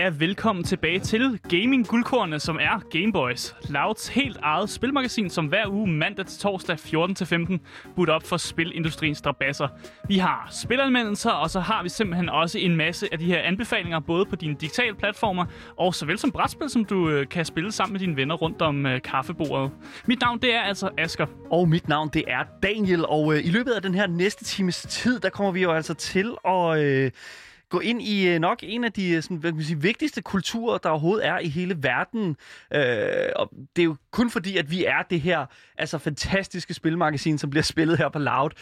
velkommen tilbage til Gaming Guldkornene, som er Gameboys. Louds helt eget spilmagasin, som hver uge mandag til torsdag 14-15 budt op for spilindustriens strabasser. Vi har spilanmeldelser, og så har vi simpelthen også en masse af de her anbefalinger, både på dine digitale platformer, og såvel som brætspil, som du kan spille sammen med dine venner rundt om kaffebordet. Mit navn, det er altså Asger. Og mit navn, det er Daniel, og i løbet af den her næste times tid, der kommer vi jo altså til at gå ind i nok en af de sådan, hvad kan man sige, vigtigste kulturer, der overhovedet er i hele verden. Og det er jo kun fordi, at vi er det her altså fantastiske spilmagasin, som bliver spillet her på Loud.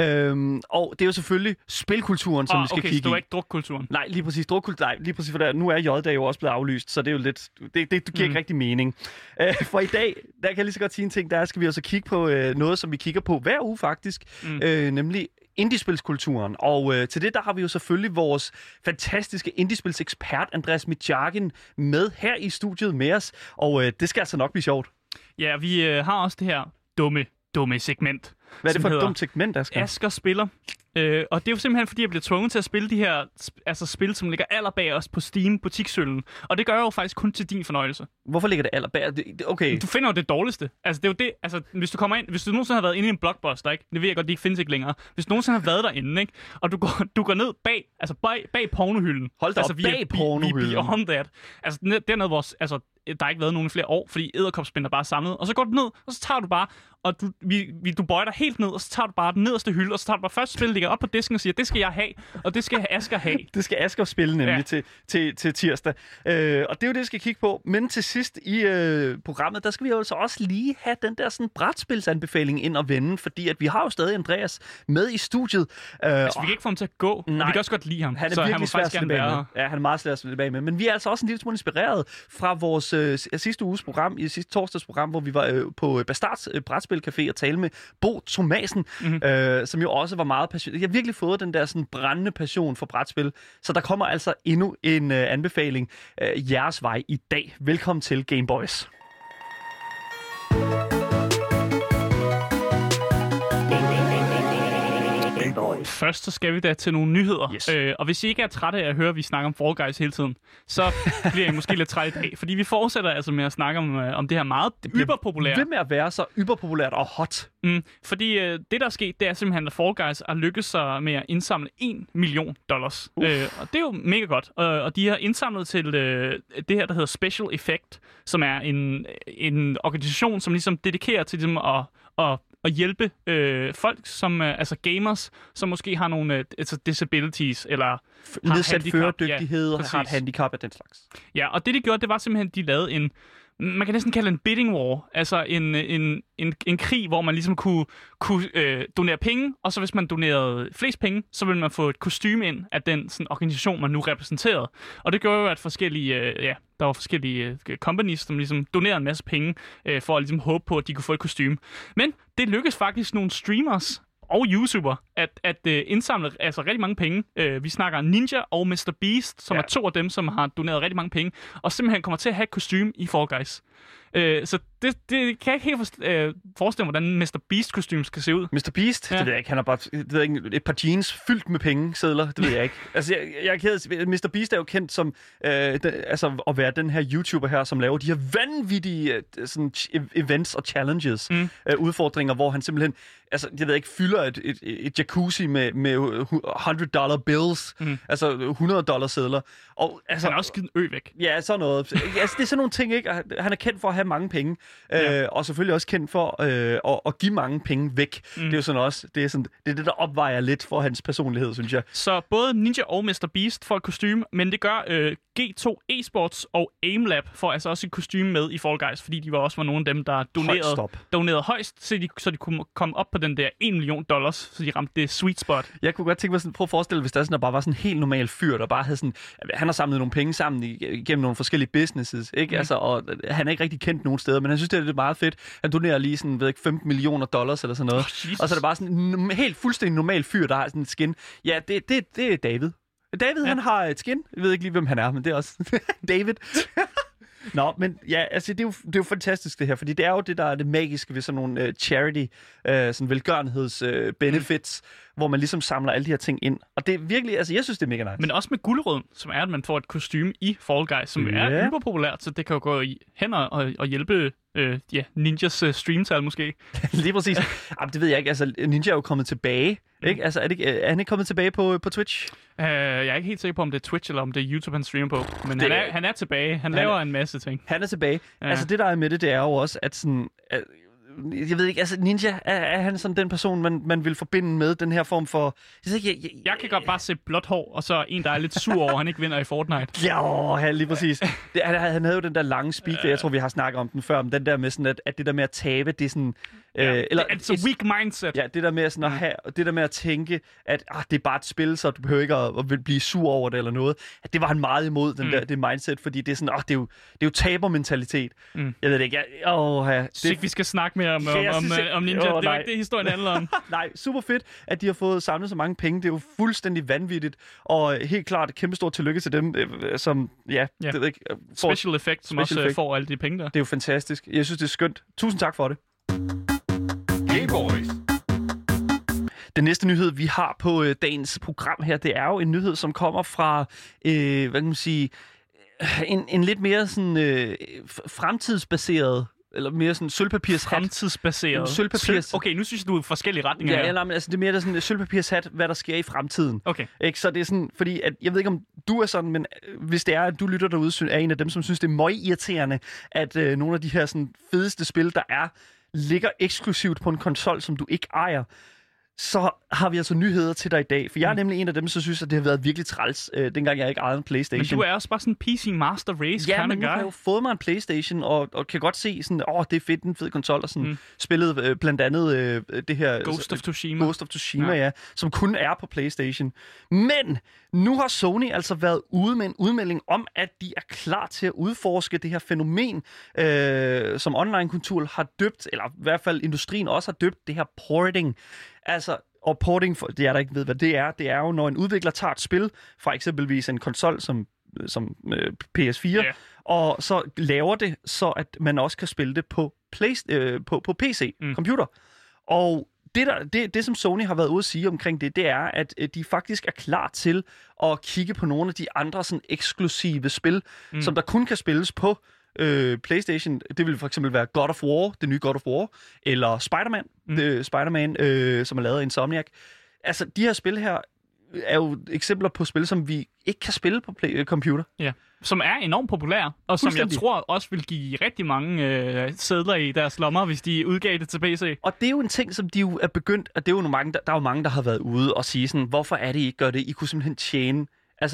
Og det er jo selvfølgelig spilkulturen, som vi skal kigge i. Okay, så du er ikke drukkulturen? Nej, lige præcis drukkulturen. Nej, lige præcis, for nu er J-dag jo også blevet aflyst, så det er jo lidt... Det giver ikke rigtig mening. For i dag, der kan jeg lige så godt sige en ting, der skal vi også kigge på noget, som vi kigger på hver uge faktisk, nemlig indiespilskulturen. Og til det, der har vi jo selvfølgelig vores fantastiske indiespilsekspert, Andreas Mitjagin, med her i studiet med os. Og det skal altså nok blive sjovt. Ja, vi har også det her dumme segment. Hvad er det for et dumt segment, Asger? Asger spiller. Og det er jo simpelthen, fordi jeg bliver tvunget til at spille de her spil, som ligger allerbag os på Steam butikshylden. Og det gør jeg jo faktisk kun til din fornøjelse. Hvorfor ligger det allerbag? Okay. Du finder jo det dårligste. Altså, det er jo det. Altså, hvis du nogensinde har været inde i en Blockbuster, ikke? Det ved jeg godt, de ikke findes ikke længere. Hvis du nogensinde har været derinde, ikke? Og du går ned bag pornohylden. Hold da op, bag pornohylden. Beyond that. Altså, dernede vores... Altså, der har ikke været nogen i flere år, fordi edderkopspind er bare samlet. Og så går du ned, og så tager du bare, og du bøjer dig helt ned, og så tager du bare den nederste hylde, og så tager du bare første spil, ligger op på disken og siger, det skal jeg have, og det skal Asger have. Det skal Asger spille nemlig til tirsdag. Og det er jo det, vi skal kigge på. Men til sidst i programmet, der skal vi jo altså også lige have den der sådan brætspilsanbefaling ind og vende, fordi at vi har jo stadig Andreas med i studiet. Altså, vi kan ikke få ham til at gå, men vi kan også godt lide ham. Han er virkelig svær at slippe af med. Ja, han er meget svær at slippe af med. Men vi er altså også en lille smule inspireret fra vores sidste uges program, i sidste torsdags program, hvor vi var på Bastards Brætspilcafé og tale med Bo Thomasen, som jo også var meget passioneret. Jeg har virkelig fået den der sådan brændende passion for brætspil, så der kommer altså endnu en anbefaling jeres vej i dag. Velkommen til Gameboys. Først så skal vi da til nogle nyheder. Yes. Og hvis I ikke er trætte af at høre, at vi snakker om Fall Guys hele tiden, så bliver I måske lidt trætte i dag. Fordi vi fortsætter altså med at snakke om det her meget hyperpopulære. Det med at være så hyperpopulært og hot. Fordi det, der er sket, det er simpelthen, at Fall Guys har lykkes sig med at indsamle $1 million. Og det er jo mega godt. Og de har indsamlet til det her, der hedder Special Effect, som er en organisation, som ligesom dedikerer til ligesom at hjælpe folk, som altså gamers, som måske har nogle disabilities, eller nedsat førerdygtighed, har et handicap af den slags. Ja, og det de gjorde, det var simpelthen, at de lavede man kan næsten kalde en bidding war, altså en krig, hvor man ligesom kunne donere penge, og så hvis man donerede flest penge, så ville man få et kostume ind af den sådan, organisation, man nu repræsenterede. Og det gjorde jo, at der var forskellige companies, som ligesom donerede en masse penge, for at ligesom håbe på, at de kunne få et kostume. Men det lykkedes faktisk nogle streamers og YouTuber at indsamle altså rigtig mange penge. Vi snakker Ninja og Mr. Beast, som er to af dem, som har doneret rigtig mange penge, og simpelthen kommer til at have et kostume i Fall Guys. Så det kan jeg ikke helt forestille mig, hvordan Mr. Beast-kostyme skal se ud. Mr. Beast? Ja. Det ved jeg ikke. Han har bare et par jeans fyldt med pengesedler. Det ved jeg ikke. Altså, jeg er ked. Mr. Beast er jo kendt som at være den her YouTuber her, som laver de her vanvittige sådan, events og challenges, udfordringer, hvor han simpelthen, altså, jeg ved ikke, fylder et jacuzzi med $100 bills, altså $100 sedler. Og, altså, han har også givet en ø væk. Ja, sådan noget. Altså, det er sådan nogle ting, ikke? Han er kendt for at have mange penge, og selvfølgelig også kendt for at give mange penge væk. Det er jo sådan også, det er det, der opvejer lidt for hans personlighed, synes jeg. Så både Ninja og Mr. Beast får et kostume, men det gør G2 Esports og AimLab får altså også et kostume med i Fall Guys, fordi de også var nogle af dem, der donerede højst, så de kunne komme op på den der $1 million, så de ramte det sweet spot. Jeg kunne godt tænke mig sådan, prøv at forestille, hvis der sådan, der bare var sådan en helt normal fyr, der bare havde sådan, han har samlet nogle penge sammen igennem nogle forskellige businesses, ikke? Altså, og han er ikke rigtig kendt nogen steder, men han synes, det er lidt meget fedt. Han donerer lige sådan, ved ikke, $15 million eller sådan noget. Og så er det bare sådan en helt fuldstændig normal fyr, der har sådan et skin. Ja, det er David. David, han har et skin. Jeg ved ikke lige, hvem han er, men det er også David. Nå, men ja, altså det er jo fantastisk det her, fordi det er jo det, der er det magiske ved sådan nogle charity, sådan velgørenheds benefits, hvor man ligesom samler alle de her ting ind. Og det er virkelig, altså jeg synes, det er mega nice. Men også med guldrøden, som er, at man får et kostume i Fall Guys, som er hyperpopulært, så det kan jo gå hen og hjælpe Ninjas streamtal måske. Lige præcis. Jamen, det ved jeg ikke. Altså, Ninja er jo kommet tilbage. Ikke? Altså, er han ikke kommet tilbage på Twitch? Jeg er ikke helt sikker på, om det er Twitch eller om det er YouTube, han streamer på. Men han er tilbage. Han laver en masse ting. Han er tilbage. Ja. Altså, det der er med det er jo også, at sådan... jeg ved ikke, altså Ninja, er han sådan den person, man vil forbinde med den her form for... Jeg kan godt bare se blåt hår, og så en, der er lidt sur over, han ikke vinder i Fortnite. Ja, lige præcis. Han havde jo den der lange speak, jeg tror, vi har snakket om den før, men den der med sådan, at det der med at tabe, det er sådan... eller it's a weak mindset. Ja, det der med sådan at have, det der med at tænke, at det er bare et spil, så du behøver ikke at blive sur over det eller noget. At det var han meget imod, det mindset, fordi det er sådan, det er jo tabermentalitet. Jeg ved det ikke. Vi skal snakke mere om Ninja. Det er jo ikke det, historien handler om. Nej, super fedt, at de har fået samlet så mange penge. Det er jo fuldstændig vanvittigt, og helt klart et kæmpe stort tillykke til dem, som, det ved ikke... Special Effect, som også får alle de penge der. Det er jo fantastisk. Jeg synes, det er skønt. Tusind tak for det. Gameboys. Den næste nyhed, vi har på dagens program her, det er jo en nyhed, som kommer fra, hvad kan man sige, en lidt mere sådan fremtidsbaseret, eller mere sådan sølvpapirshat. Fremtidsbaseret. Okay, nu synes jeg, du er i forskellige retninger her. Ja, men altså det er mere der sådan sølvpapirshat, hvad der sker i fremtiden. Okay. Ikke? Så det er sådan, fordi at, jeg ved ikke, om du er sådan, men hvis det er, at du lytter derude, er en af dem, som synes, det er møgirriterende, at nogle af de her sådan fedeste spil, der ligger eksklusivt på en konsol, som du ikke ejer, så har vi altså nyheder til dig i dag. For jeg er nemlig en af dem, som synes, at det har været virkelig træls, dengang jeg ikke ejede en PlayStation. Men du er også bare sådan en PC Master Race kind of guy. Ja, men nu har jeg jo fået mig en PlayStation, og kan godt se sådan, det er fedt, en fed konsol, og sådan spillet blandt andet det her... Ghost of Tsushima, ja, som kun er på PlayStation. Men nu har Sony altså været ude med en udmelding om, at de er klar til at udforske det her fænomen, som online-kultur har døbt, eller i hvert fald industrien også har døbt, det her porting. Altså, og porting, for det er der ikke ved, hvad det er jo, når en udvikler tager et spil fra eksempelvis en konsol som PS4, og så laver det, så at man også kan spille det på PC, computer. Og det, som Sony har været ude at sige omkring det er, at de faktisk er klar til at kigge på nogle af de andre sådan eksklusive spil, som der kun kan spilles på PlayStation. Det vil for eksempel være God of War, det nye God of War, eller Spider-Man, som er lavet af Insomniac. Altså, de her spil her er jo eksempler på spil, som vi ikke kan spille på computer. Ja, som er enormt populære, og som jeg tror også vil give rigtig mange sædler i deres lommer, hvis de udgav det til PC. Og det er jo en ting, som de jo er begyndt, og det er jo mange, der er jo mange, der har været ude og sige sådan, hvorfor er det, I ikke gør det? I kunne simpelthen tjene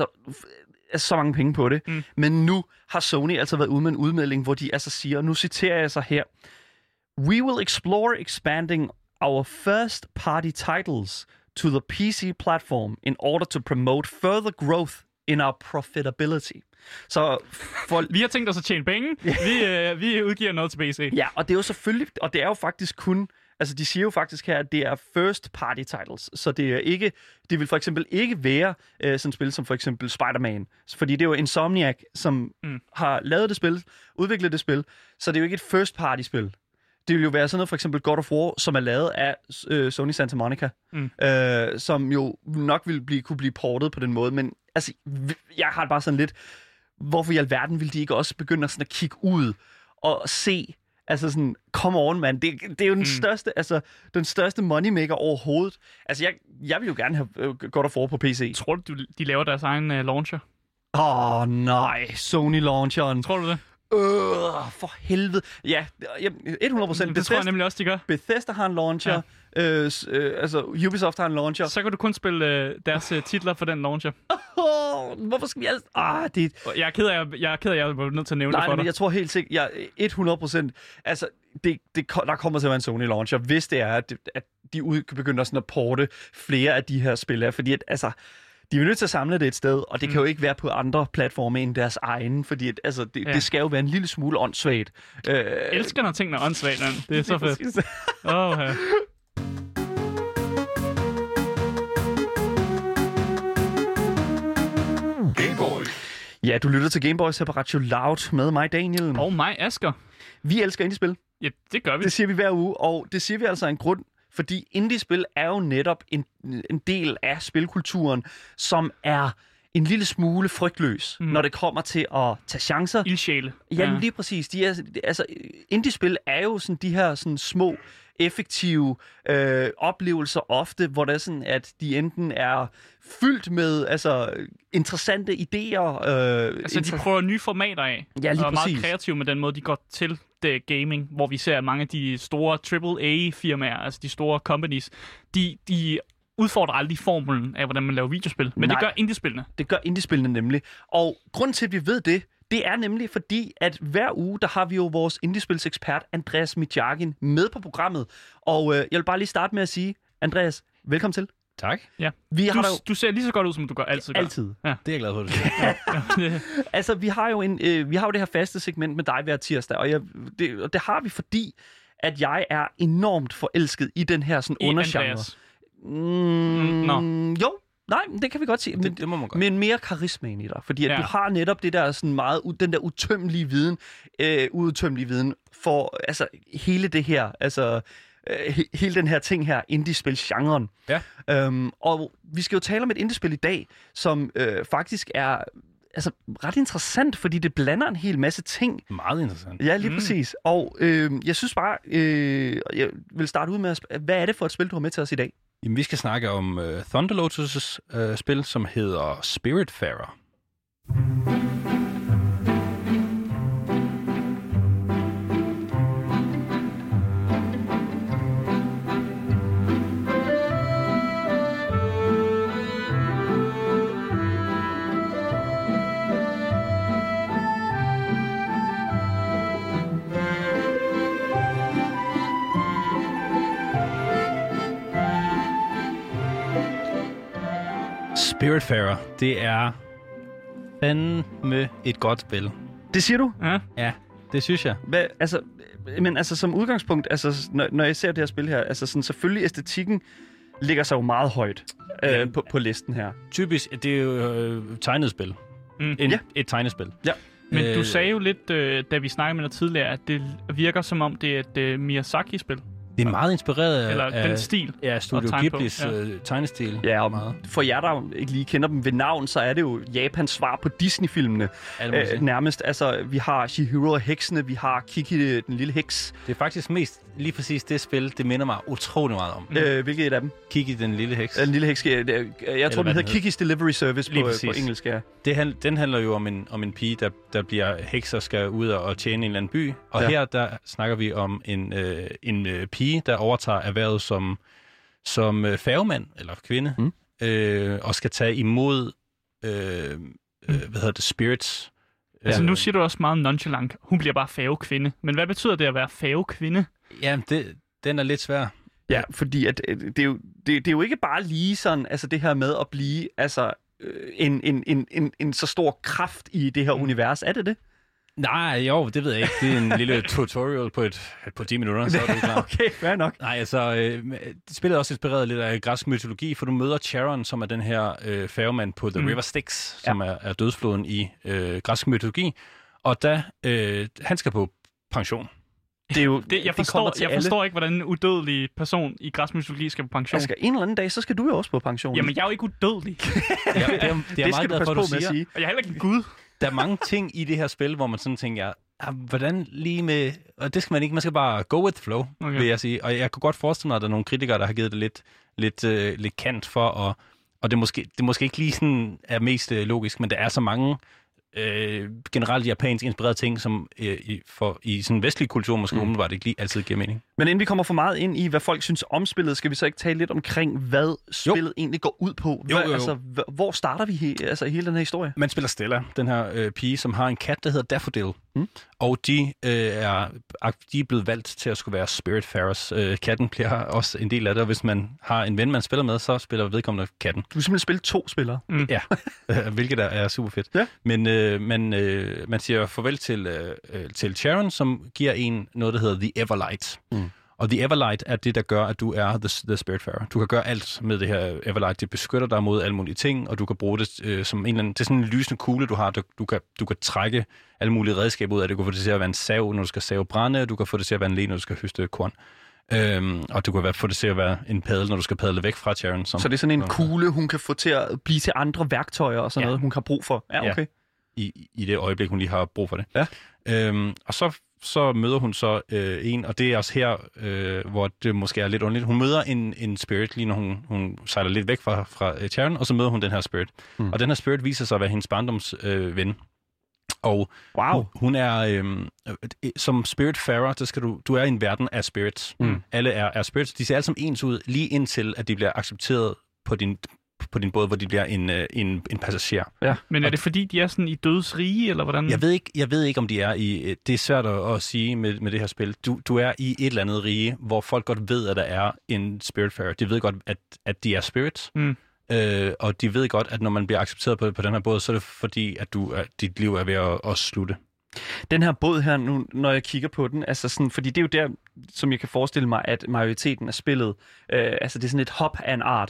så mange penge på det. Men nu har Sony altså været ude med en udmelding, hvor de altså siger, og nu citerer jeg så her, "We will explore expanding our first party titles to the PC platform in order to promote further growth in our profitability." Så vi har tænkt os at tjene penge. Vi udgiver noget til PC. Ja, og det er jo selvfølgelig, og det er jo faktisk kun, altså de siger jo faktisk her, at det er first party titles, så det er ikke, det vil for eksempel ikke være sådan et spil som for eksempel Spider-Man, fordi det er jo Insomniac, som har lavet det spil, udviklet det spil, så det er jo ikke et first party spil. Det vil jo være sådan noget, for eksempel God of War, som er lavet af Sony Santa Monica, som jo nok kunne blive portet på den måde, men altså, jeg har bare sådan lidt, hvorfor i alverden vil de ikke også begynde sådan at kigge ud og se, altså sådan, come on, man. Det er jo den største moneymaker overhovedet. Altså, jeg vil jo gerne have God of War på PC. Tror du, de laver deres egen launcher? Nej, Sony-launcheren. Tror du det? For helvede. Ja, 100%. Det tror jeg nemlig også, de gør. Bethesda har en launcher. Altså, Ubisoft har en launcher. Så kan du kun spille deres titler for den launcher. Hvorfor skal vi altså... Jeg er ked af, jeg var nødt til at nævne det for dig. Nej, jeg tror helt sikkert, 100%. Altså, der kommer til at være en Sony-launcher, hvis det er, at de begynder sådan at porte flere af de her spil her. Fordi, altså... De er nødt til at samle det et sted, og det kan jo ikke være på andre platforme end deres egen, fordi det skal jo være en lille smule åndssvagt. Jeg elsker, når tingene er åndssvagt, man. Det er så fedt. Ja, du lytter til Gameboy Separatio Loud med mig, Daniel. Og mig, Asger. Vi elsker indiespil. Ja, det gør vi. Det siger vi hver uge, og det siger vi altså af en grund, fordi indiespil er jo netop en del af spilkulturen, som er en lille smule frygtløs, når det kommer til at tage chancer. Ildsjæle. Ja, lige præcis. Indiespil er jo sådan de her sådan små, effektive oplevelser ofte, hvor det er sådan, at de enten er fyldt med interessante idéer. De prøver nye formater af. Ja, lige og er præcis. meget kreative med den måde, de går til det gaming, hvor vi ser mange af de store AAA-firmaer, altså de store companies, de udfordrer aldrig formelen af, hvordan man laver videospil. Men det gør indiespillene. Det gør indiespillene nemlig. Og grund til, at vi ved det er nemlig fordi, at hver uge, der har vi jo vores indiespilsekspert, Andreas Midjagin, med på programmet. Og jeg vil bare lige starte med at sige, Andreas, velkommen til. Tak. Ja. Du ser lige så godt ud, som du gør altid. Altid. Ja. Det er jeg glad for, at du siger. Altså, vi har jo det her faste segment med dig hver tirsdag, og det har vi, fordi at jeg er enormt forelsket i den her sådan undergenre. Jo, nej, det kan vi godt sige. Det må man godt. Men mere karisma ind i dig, fordi at du har netop det der sådan meget, den der utømmelige viden, for altså hele det her, hele den her ting her, indiespil-genren. Ja. Og vi skal jo tale om et indiespil i dag, som faktisk er ret interessant, fordi det blander en hel masse ting. Meget interessant. Ja, lige præcis. Og jeg synes bare, jeg vil starte ud med, hvad er det for et spil, du har med til os i dag? Jamen, vi skal snakke om Thunder Lotus' spil, som hedder Spiritfarer. Spiritfarer, det er fandme et godt spil. Det siger du? Ja, det synes jeg. Men som udgangspunkt, når jeg ser det her spil her, sådan, selvfølgelig æstetikken ligger sig jo meget højt på listen her. Typisk, det er jo tegnet spil. Et tegnespil. Ja. Men du sagde jo lidt, da vi snakkede med dig tidligere, at det virker som om, det er et Miyazaki-spil. Det er meget inspireret af den stil. Ja, Studio Ghiblis tegnestil. Ja, og meget. For jer, der ikke lige kender dem ved navn, så er det jo Japans svar på Disney-filmene. Nærmest. Vi har Chihiro og heksene, vi har Kiki, den lille heks. Det er faktisk mest lige præcis det spil, det minder mig utrolig meget om. Hvilket et af dem? Kiki, den lille heks. Den lille heks, jeg tror, den hedder Kikis Delivery Service på engelsk, ja. Den handler jo om en pige, der bliver heks og skal ud og tjene en eller anden by. Og her, der snakker vi om en pige, der overtager erhvervet som færgemand eller kvinde, og skal tage imod spirits. Altså nu siger du også meget nonchalant, hun bliver bare færgekvinde. Men hvad betyder det at være færgekvinde? Ja, den er lidt svær. Ja, fordi at det er jo ikke bare lige sådan, det her med at blive en så stor kraft i det her univers. Er det det? Nej, jo, det ved jeg ikke. Det er en lille tutorial på 10 minutter, så er det klar. Okay, fair nok. Nej, spillet er også inspireret lidt af græsk mytologi, for du møder Charon, som er den her færgemand på The River Styx, som er dødsfloden i græsk mytologi. Og han skal på pension. Det er jo, jeg forstår ikke, hvordan en udødelig person i græsk mytologi skal på pension. En eller anden dag, så skal du jo også på pension. Jamen, jeg er jo ikke udødelig. Det er meget glad for, at du siger. Og jeg er heller ikke en gud. Der er mange ting i det her spil, hvor man sådan tænker, hvordan lige med... Og det skal man ikke, man skal bare go with flow, vil jeg sige. Og jeg kunne godt forestille mig, at der er nogle kritikere, der har givet det lidt kant for, og det måske ikke lige sådan er mest logisk, men der er så mange generelt japansk inspirerede ting, som i sådan vestlig kultur måske umiddelbart ikke lige altid giver mening. Men inden vi kommer for meget ind i, hvad folk synes om spillet, skal vi så ikke tale lidt omkring, hvad spillet egentlig går ud på? Hvor starter vi i hele den her historie? Man spiller Stella, den her pige, som har en kat, der hedder Daffodil. Og de er blevet valgt til at skulle være Spiritfarers. Katten bliver også en del af det, og hvis man har en ven, man spiller med, så spiller vedkommende katten. Du kan simpelthen spille 2 spillere. Ja, hvilket er super fedt. Ja. Men man siger farvel til Charon, som giver en noget, der hedder The Everlight. Og The Everlight er det, der gør, at du er the Spiritfarer. Du kan gøre alt med det her Everlight. Det beskytter dig mod alle mulige ting, og du kan bruge det som en eller anden... Det er sådan en lysende kugle, du har. Du kan trække alle mulige redskaber ud af det. Du kan få det til at være en sav, når du skal save brænde, og du kan få det til at være en le, når du skal høste korn. Og du kan få det til at være en padel, når du skal padle væk fra Charon. Så det er sådan en kugle, hun kan få til at blive til andre værktøjer og sådan noget, hun har brug for. Ja, okay. I det øjeblik, hun lige har brug for det. Ja. Og så møder hun så en, og det er også her, hvor det måske er lidt underligt. Hun møder en spirit, lige når hun sejler lidt væk fra Charon, og så møder hun den her spirit. Og den her spirit viser sig at være hendes barndoms ven. Og hun er som Spiritfarer, så skal du er i en verden af spirits. Alle er spirits. De ser alle som ens ud, lige indtil at de bliver accepteret på din båd, hvor de bliver en passager. Ja. Men er det fordi, de er sådan i dødsrige, eller hvordan? Jeg ved ikke, om de er i... Det er svært at sige med det her spil. Du er i et eller andet rige, hvor folk godt ved, at der er en Spiritfarer. De ved godt, at de er spirits. Og de ved godt, at når man bliver accepteret på den her båd, så er det fordi, at dit liv er ved at slutte. Den her båd her, nu, når jeg kigger på den, altså sådan, fordi det er jo der, som jeg kan forestille mig, at majoriteten af spillet, altså det er sådan et hop af en art,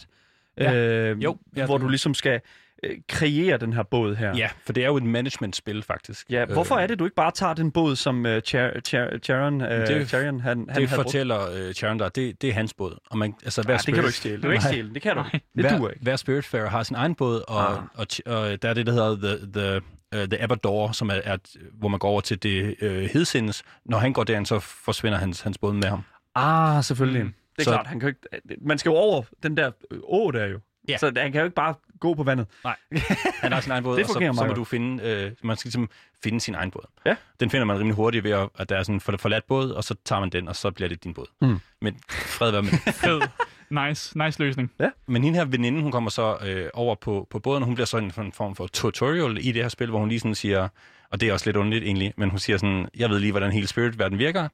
hvor du ligesom skal kreere den her båd her. Ja, for det er jo et management-spil, faktisk. Ja, hvorfor er det, du ikke bare tager den båd, som Charon det fortæller Charon der, det er hans båd. Og man, altså, det kan du ikke stjæle. Du ikke stjæle. Det kan du ikke. Det duer ikke. Hver Spiritfarer har sin egen båd, og der er det, der hedder The Aberdor, som er hvor man går over til det hedsindes. Når han går derind, så forsvinder hans båd med ham. Selvfølgelig. Det er klart, han kan ikke... Man skal jo over den der der jo. Ja. Så han kan jo ikke bare gå på vandet. Nej, han har sin egen båd, og så må du finde... man skal ligesom finde sin egen båd. Ja. Den finder man rimelig hurtigt ved, at der er sådan en forladt båd, og så tager man den, og så bliver det din båd. Men fred være med det. Fed. Nice løsning. Ja. Men hende her veninde, hun kommer så over på båden, og hun bliver så en form for tutorial i det her spil, hvor hun lige sådan siger... Og det er også lidt underligt egentlig, men hun siger sådan, jeg ved lige, hvordan hele Spirit-verden virker.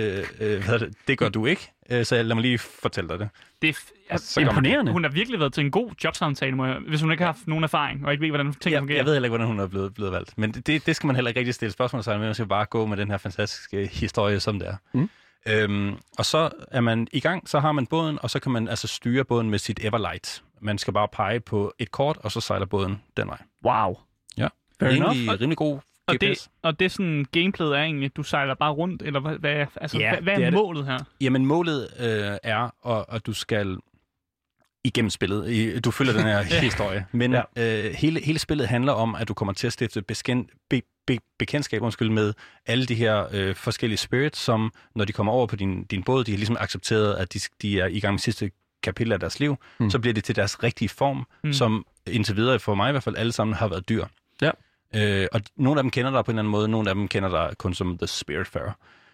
Det gør du ikke, så lad mig lige fortælle dig det. Det er imponerende. Hun har virkelig været til en god jobsamtale, hvis hun ikke har haft nogen erfaring, og ikke ved, hvordan tingene fungerer. Jeg ved heller ikke, hvordan hun er blevet valgt. Men det skal man heller ikke rigtig stille spørgsmål til, men man skal bare gå med den her fantastiske historie, som det er. Og så er man i gang, så har man båden, og så kan man altså styre båden med sit Everlight. Man skal bare pege på et kort, og så sejler båden den vej. Wow. Ja, rimelig god. Og det sådan gameplayet er egentlig, du sejler bare rundt, eller hvad er målet her? Jamen målet er, at du skal igennem spillet. Du følger den her historie. Men hele spillet handler om, at du kommer til at stifte bekendtskab med alle de her forskellige spirits, som når de kommer over på din båd, de har ligesom accepteret, at de er i gang med sidste kapitel af deres liv, så bliver det til deres rigtige form, som indtil videre, for mig i hvert fald, alle sammen har været dyr. Ja. Og nogle af dem kender dig på en eller anden måde, nogle af dem kender dig kun som The Spiritfarer.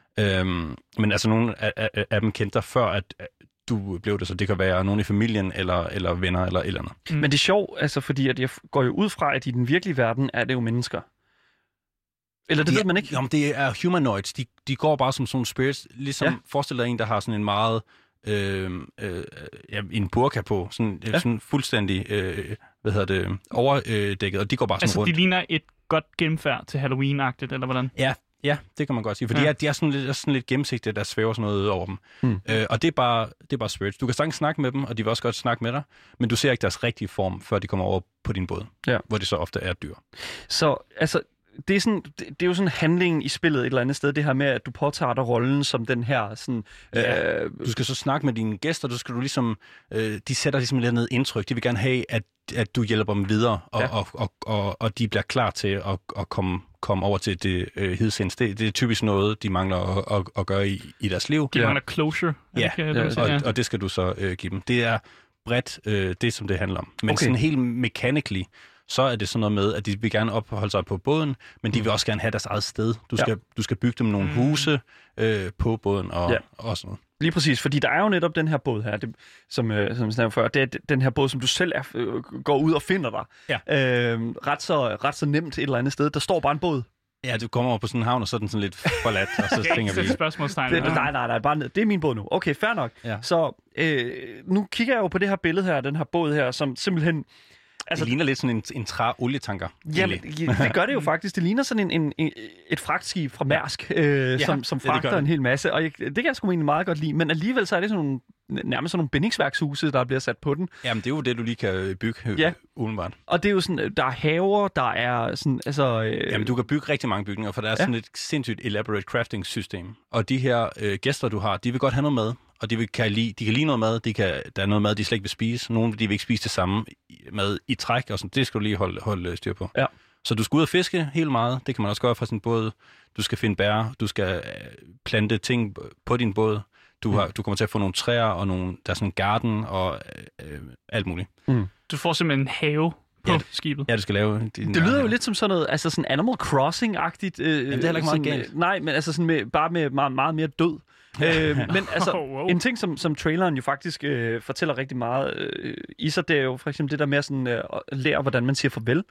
Men altså nogle af dem kendte dig før, at du blev det, så det kan være nogen i familien, eller venner, eller et eller andet. Men det er sjovt, altså, fordi at jeg går jo ud fra, at i den virkelige verden er det jo mennesker. Eller det ved man ikke? Jamen, det er humanoids. De går bare som sådan spirits. Ligesom forestiller en, der har sådan en meget... en burka på, sådan fuldstændig overdækket, og de går bare sådan rundt. Altså, de ligner et godt gennemfærd til Halloween-agtigt, eller hvordan? Ja, det kan man godt sige, for de er sådan lidt gennemsigtige, der svæver sådan noget over dem. Og det er bare spirits. Du kan sagtens snakke med dem, og de vil også godt snakke med dig, men du ser ikke deres rigtige form, før de kommer over på din båd, hvor de så ofte er dyr. Så, altså, det er jo sådan handlingen i spillet et eller andet sted, det her med, at du påtager dig rollen som den her sådan... Du skal så snakke med dine gæster, du ligesom... de sætter ligesom et eller andet indtryk. De vil gerne have, at du hjælper dem videre, og de bliver klar til at komme over til det hedsinds. Det er typisk noget, de mangler at gøre i deres liv. De mangler closure. Og det skal du så give dem. Det er bredt det, som det handler om. Men sådan helt mechanically, så er det sådan noget med, at de vil gerne opholde sig på båden, men de vil også gerne have deres eget sted. Du skal bygge dem nogle huse på båden og sådan noget. Lige præcis, fordi der er jo netop den her båd her, som jeg snakkede før, det er den her båd, som du selv går ud og finder dig. Ja. Ret så nemt et eller andet sted. Der står bare en båd. Ja, du kommer over på sådan en havn, og så er den sådan lidt forladt, og så tænker vi... Nej, bare ned. Det er min båd nu. Okay, fair nok. Ja. Så nu kigger jeg jo på det her billede her, den her båd her, som simpelthen... Altså, det ligner lidt sådan en olietanker. Ja, det gør det jo faktisk. Det ligner sådan et fragtskib fra Mærsk, som fragter en hel masse. Og det kan jeg sgu egentlig meget godt lide. Men alligevel så er det sådan nogle, nærmest sådan nogle bindingsværkshuse, der bliver sat på den. Jamen, det er jo det, du lige kan bygge udenbart. Og det er jo sådan, der er haver, der er sådan, altså... Jamen, du kan bygge rigtig mange bygninger, for der er sådan et sindssygt elaborate crafting-system. Og de her gæster, du har, de vil godt have noget mad. Og de kan lide noget mad. Der er noget mad, de slet ikke vil spise. Nogle de vil ikke spise det samme mad i træk, og sådan. Det skal du lige holde styr på. Ja. Så du skal ud og fiske helt meget. Det kan man også gøre fra sin båd. Du skal finde bær. Du skal plante ting på din båd. Du kommer til at få nogle træer, og der er sådan en garden, og alt muligt. Du får simpelthen en have på skibet. Ja, du skal lave... Det lyder jo lidt som sådan noget, altså sådan Animal Crossing-agtigt. Jamen, det er heller ikke meget galt. Nej, men altså sådan bare med meget, meget mere død. Men altså, en ting, som traileren jo faktisk fortæller rigtig meget i sig, det er jo for eksempel det der med sådan, at lære, hvordan man siger farvel.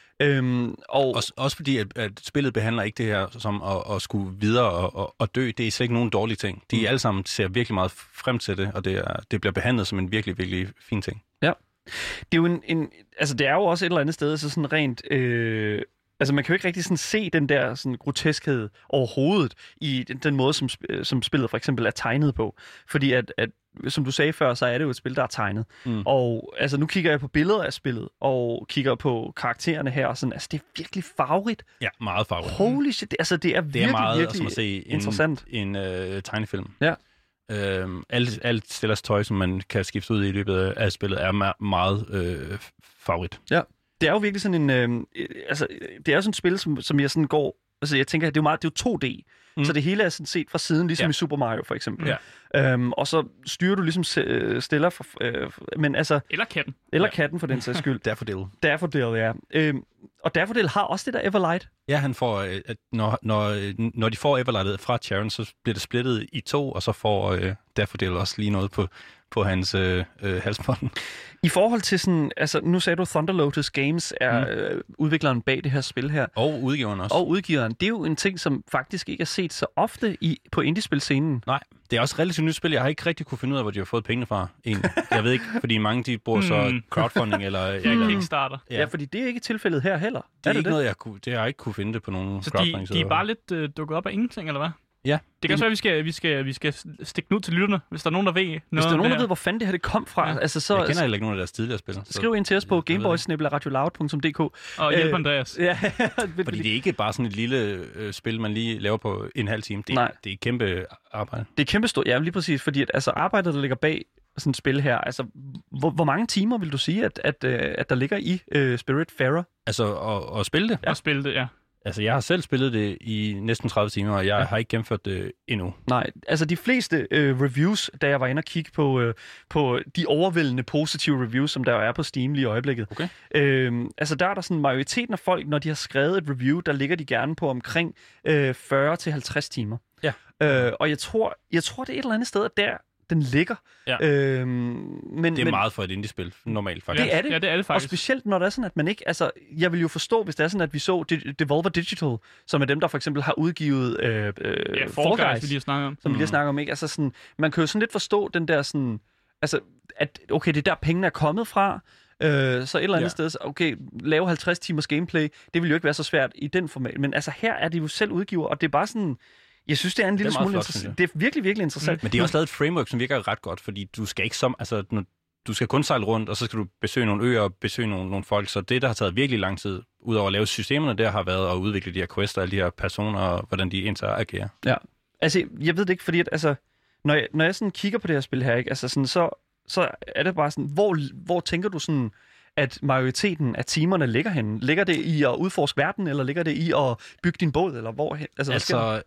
Også fordi, at spillet behandler ikke det her som at skulle videre og dø. Det er slet ikke nogen dårlige ting. De alle sammen ser virkelig meget frem til det, og det bliver behandlet som en virkelig, virkelig fin ting. Ja. Det er jo altså det er jo også et eller andet sted, så sådan rent... Altså, man kan jo ikke rigtig sådan se den der sådan groteskhed overhovedet i den måde, som spillet for eksempel er tegnet på. Fordi at som du sagde før, så er det jo et spil, der er tegnet. Og altså, nu kigger jeg på billeder af spillet, og kigger på karaktererne her, og sådan, altså, det er virkelig farverigt. Ja, meget farverigt. Holy shit, altså, det er virkelig, meget, virkelig som at se interessant. En tegnefilm. Ja. Alt Stellers tøj, som man kan skifte ud i løbet af spillet, er meget favorit. Ja. Det er jo virkelig sådan en... altså, det er jo sådan et spil, som jeg sådan går... Altså, jeg tænker, det er jo 2D. Så det hele er sådan set fra siden, ligesom i Super Mario, for eksempel. Ja. Og så styrer du ligesom Stella men altså... Eller katten. Eller katten, for den sags skyld. Daffodil, ja. Og Daffodil har også det der Everlight. Ja, han får... Når de får Everlightet fra Charon, så bliver det splittet i 2, og så får Daffodil også lige noget på hans halsbånd. I forhold til sådan, altså nu sagde du, Thunder Lotus Games er udvikleren bag det her spil her. Og udgiveren også. Og udgiveren. Det er jo en ting, som faktisk ikke er set så ofte på indiespilscenen. Nej, det er også relativt nyt spil. Jeg har ikke rigtig kunne finde ud af, hvor de har fået pengene fra. Jeg ved ikke, fordi mange de bruger så crowdfunding eller Kickstarter. Ja, fordi det er ikke tilfældet her heller. Det er ikke noget, jeg har ikke kunne finde det på nogen crowdfunding. Så de er bare lidt dukket op af ingenting, eller hvad? Ja. Det kan også være, at vi skal stikke ud til lytterne, hvis der er nogen, der ved noget. Hvis der er nogen, der ved, hvor fanden det her det kom fra. Ja. Altså, så, jeg kender heller ikke nogen af deres tidligere spil. Skriv ind til os på gameboys@radioloud.dk. Og hjælp Andreas. Ja. Fordi det er ikke bare sådan et lille spil, man lige laver på en halv time. Det er et kæmpe arbejde. Det er kæmpe stort, ja, lige præcis. Fordi at, altså, arbejdet, der ligger bag sådan et spil her, altså, hvor mange timer vil du sige, at der ligger i Spiritfarer? Altså, at spille det? Ja. At spille det, ja. Altså, jeg har selv spillet det i næsten 30 timer, og jeg har ikke gennemført det endnu. Nej, altså de fleste reviews, da jeg var inde og kigge på de overvældende positive reviews, som der er på Steam lige i øjeblikket. Okay. Altså der er der sådan majoriteten af folk, når de har skrevet et review, der ligger de gerne på omkring 40-50 timer. Ja. Og jeg tror, det er et eller andet sted, at der den ligger. Ja. Men det er meget for et indie-spil, normalt faktisk. Det er det. Ja, det er det faktisk. Og specielt når det er sådan, at man ikke... Altså, jeg vil jo forstå, hvis det er sådan, at vi så Devolver Digital, som er dem, der for eksempel har udgivet Fall Guys, vi lige snakker om. Som vi lige snakker om, ikke? Altså sådan, man kan jo sådan lidt forstå den der sådan... Altså, at okay, det er der pengene er kommet fra, så et eller andet sted, okay, lave 50 timers gameplay, det vil jo ikke være så svært i den format. Men altså, her er de jo selv udgiver, og det er bare sådan... Jeg synes, det er en lille smule interessant. Det er virkelig, virkelig interessant. Men det er også lavet et framework, som virker ret godt, fordi du skal ikke du skal kun sejle rundt, og så skal du besøge nogle øer og besøge nogle folk. Så det, der har taget virkelig lang tid, udover at lave systemerne, der har været at udvikle de her quests og alle de her personer, og hvordan de interagerer. Ja, altså, jeg ved det ikke, fordi at, altså, når jeg sådan kigger på det her spil her, ikke, altså sådan, så er det bare sådan, hvor tænker du sådan, at majoriteten af timerne ligger henne? Ligger det i at udforske verden, eller ligger det i at bygge din båd, eller hvor? Altså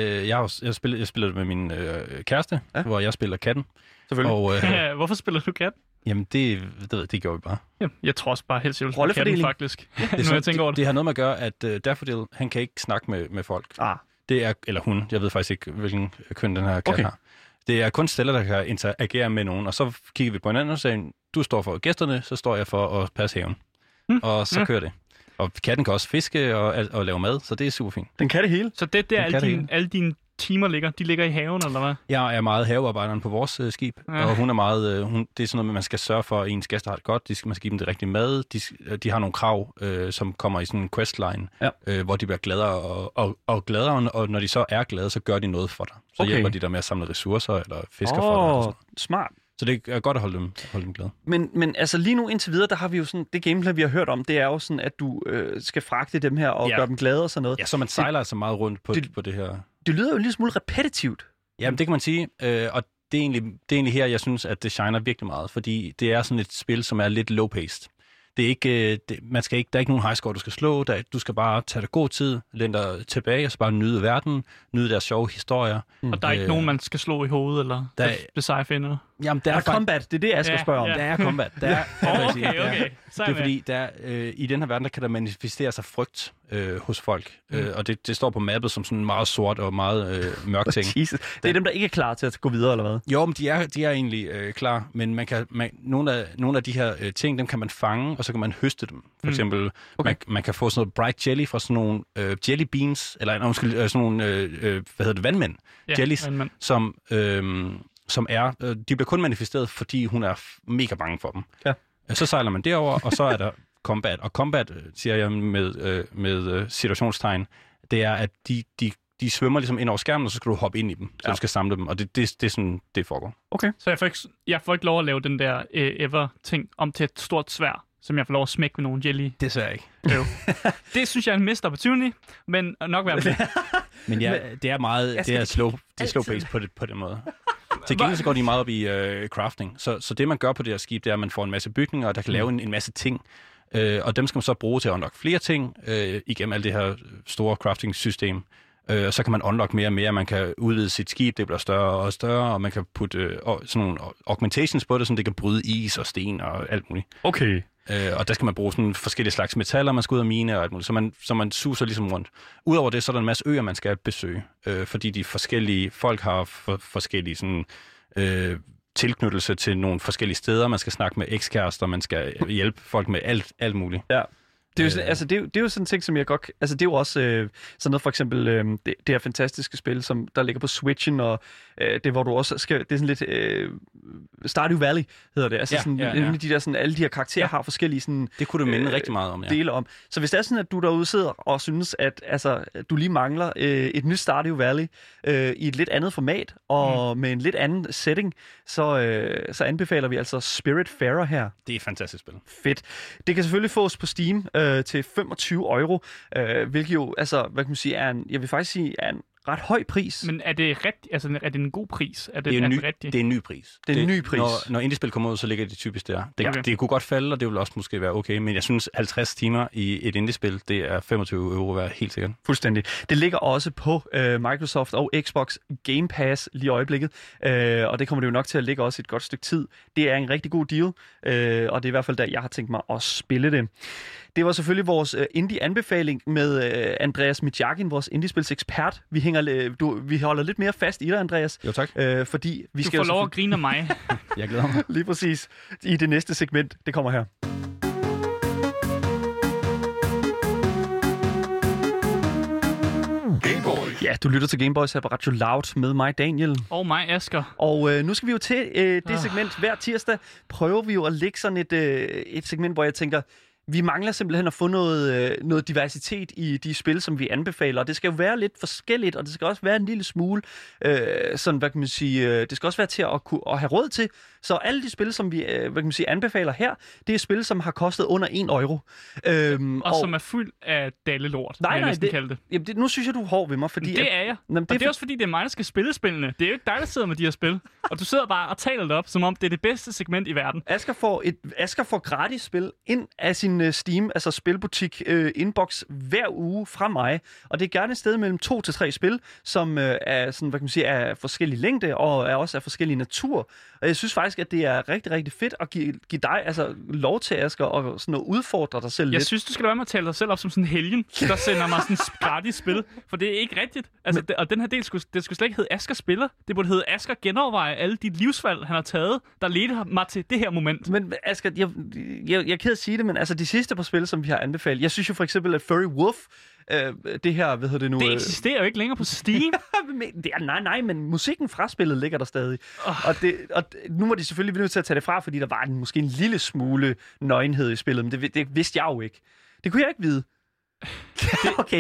jeg spiller det med min kæreste, hvor jeg spiller katten. Selvfølgelig. Og, hvorfor spiller du katten? Jamen, det gjorde vi bare. Jamen, jeg tror også bare helst, jeg vil spille katten, faktisk. Det har noget med at gøre, at Daffodil, han kan ikke snakke med folk. Det er, eller hun, jeg ved faktisk ikke, hvilken køn den her kat har. Det er kun Stella, der kan interagere med nogen, og så kigger vi på hinanden og siger, du står for gæsterne, så står jeg for at passe haven. Og så kører det. Og katten kan også fiske og lave mad, så det er super fint. Den kan det hele. Så det er alle dine timer ligger? De ligger i haven, eller hvad? Jeg er meget havearbejderen på vores skib, og hun er meget... det er sådan noget med, at man skal sørge for, at ens gæster har det godt. Man skal give dem det rigtige mad. De har nogle krav, som kommer i sådan en questline, hvor de bliver gladere og gladere, og når de så er glade, så gør de noget for dig. Så hjælper de dig med at samle ressourcer, eller fisker for dig. Smart. Så det er godt at holde dem glade. Men altså lige nu indtil videre, der har vi jo sådan, det gameplay, vi har hørt om, det er jo sådan, at du skal fragte dem her og gøre dem glade og sådan noget. Ja, så man sejler altså meget rundt på det her. Det lyder jo en lille smule repetitivt. Jamen, det kan man sige, og det er egentlig her, jeg synes, at det shiner virkelig meget, fordi det er sådan et spil, som er lidt low-paced. Det er ikke, der er ikke nogen highscore, du skal slå. Du skal bare tage dig god tid, læne dig tilbage, og så bare nyde verden, nyde deres sjove historier. Og der er ikke nogen, man skal slå i hovedet, eller besejre fjender? Jamen, der er combat. Det er det, jeg skal spørge om. Der er combat. Okay. Det er fordi, i den her verden, der kan der manifestere sig frygt hos folk. Og det står på mappet som sådan en meget sort og meget mørk ting. Jesus. Det er dem, der ikke er klar til at gå videre, eller hvad? Jo, men de er egentlig klar. Men nogle af de her ting, dem kan man fange, og så kan man høste dem. For eksempel, man kan få sådan noget bright jelly fra sådan nogle jelly beans, eller sådan nogle, vandmænd. Jellies, vandmænd. Som er, de bliver kun manifesteret, fordi hun er mega bange for dem. Ja. Så sejler man derover, og så er der combat. Og combat, siger jeg med situationstegn, det er, at de svømmer ligesom ind over skærmen, og så skal du hoppe ind i dem, så du skal samle dem. Og det er sådan, det foregår. Okay. Så jeg får ikke lov at lave den der ever-ting om til et stort sværd, som jeg får lov at smække med nogle jelly. Desværre ikke. Det synes jeg er en missed opportunity, men nok være med det. Men ja, det er meget slow pace på den måde. Til gengæld så går de meget op i crafting. Så det, man gør på det her skib, det er, at man får en masse bygninger, der kan lave en masse ting. Og dem skal man så bruge til at unlock flere ting igennem alt det her store crafting-system. Og så kan man unlock mere og mere. Man kan udvide sit skib, det bliver større og større, og man kan putte sådan nogle augmentations på det, så det kan bryde is og sten og alt muligt. Okay. Og der skal man bruge sådan forskellige slags metaller, man skal ud og mine og alt muligt, så man suser ligesom rundt. Udover det, så er der en masse øer, man skal besøge, fordi de forskellige folk har forskellige sådan, tilknyttelse til nogle forskellige steder. Man skal snakke med ekskærester, man skal hjælpe folk med alt muligt. Ja. Det er jo sådan, det er jo sådan en ting, som jeg godt... Altså, det er jo også sådan noget, for eksempel det her fantastiske spil, som der ligger på Switchen, og det, hvor du også skal... Det er sådan lidt... Stardew Valley hedder det. Altså, de der, sådan, alle de her karakterer har forskellige sådan... Det kunne du minde rigtig meget om, dele om. Så hvis det er sådan, at du derude sidder og synes, at du lige mangler et nyt Stardew Valley i et lidt andet format, og med en lidt anden setting, så anbefaler vi altså Spiritfarer her. Det er et fantastisk spil. Fedt. Det kan selvfølgelig fås på Steam til 25 €, hvilket jo, altså, hvad kan man sige, er en ret høj pris. Men er det er det en god pris? Det er en ny pris. Det er en ny pris. Når indiespil kommer ud, så ligger det typisk der. Det kunne godt falde, og det vil også måske være okay, men jeg synes 50 timer i et indiespil, det er 25 € værd, helt sikkert. Fuldstændig. Det ligger også på Microsoft og Xbox Game Pass lige i øjeblikket, og det kommer det jo nok til at ligge også et godt stykke tid. Det er en rigtig god deal, og det er i hvert fald der, jeg har tænkt mig at spille det. Det var selvfølgelig vores indie-anbefaling med Andreas Midjakin, vores indiespils-ekspert. Vi holder lidt mere fast i dig, Andreas. Jo, tak. Fordi vi du skal får lov at grine af mig. Jeg glæder mig. Lige præcis. I det næste segment. Det kommer her. Ja, du lytter til Gameboys her på Radio Loud med mig, Daniel. Og mig, Asger. Og nu skal vi jo til det segment. Hver tirsdag prøver vi jo at lægge sådan et segment, hvor jeg tænker... Vi mangler simpelthen at få noget diversitet i de spil, som vi anbefaler, og det skal jo være lidt forskelligt, og det skal også være en lille smule, sådan, hvad kan man sige, det skal også være til at have råd til. Så alle de spil, som vi hvad kan man sige, anbefaler her, det er spil, som har kostet under 1 €. Og som er fuld af dallelort, nu synes jeg, du er hård ved mig, fordi... Det er jeg. Og det er også fordi, det er mig, der skal spille spillene. Det er jo ikke dig, der sidder med de her spil. Og du sidder bare og taler det op, som om det er det bedste segment i verden. Asger får gratis spil ind af sin Steam, altså spilbutik inbox hver uge fra mig. Og det er gerne et sted mellem 2 til 3 spil, som er sådan, hvad kan man sige, er forskellige længde og er også af forskellige natur. Og jeg synes faktisk, at det er rigtig, rigtig fedt at give dig altså lov til, Asger, og sådan at udfordre dig selv lidt. Jeg synes, du skal lade være med at tale dig selv op som sådan en helgen, der sender mig sådan gratis spil. For det er ikke rigtigt. Altså, og den her del skulle slet ikke hedde Asger spiller. Det burde hedde Asger genoverveje alle de livsvalg, han har taget, der ledte mig til det her moment. Men Asger, jeg er ked at sige det, men altså de sidste par spil, som vi har anbefalet. Jeg synes jo for eksempel, at Furry Wolf det her, hvad hedder det nu? Det eksisterer jo ikke længere på Steam. Nej, men musikken fra spillet ligger der stadig. Og nu var de selvfølgelig nødt til at tage det fra, fordi der var måske en lille smule nøgenhed i spillet, men det vidste jeg jo ikke. Det kunne jeg ikke vide. Okay.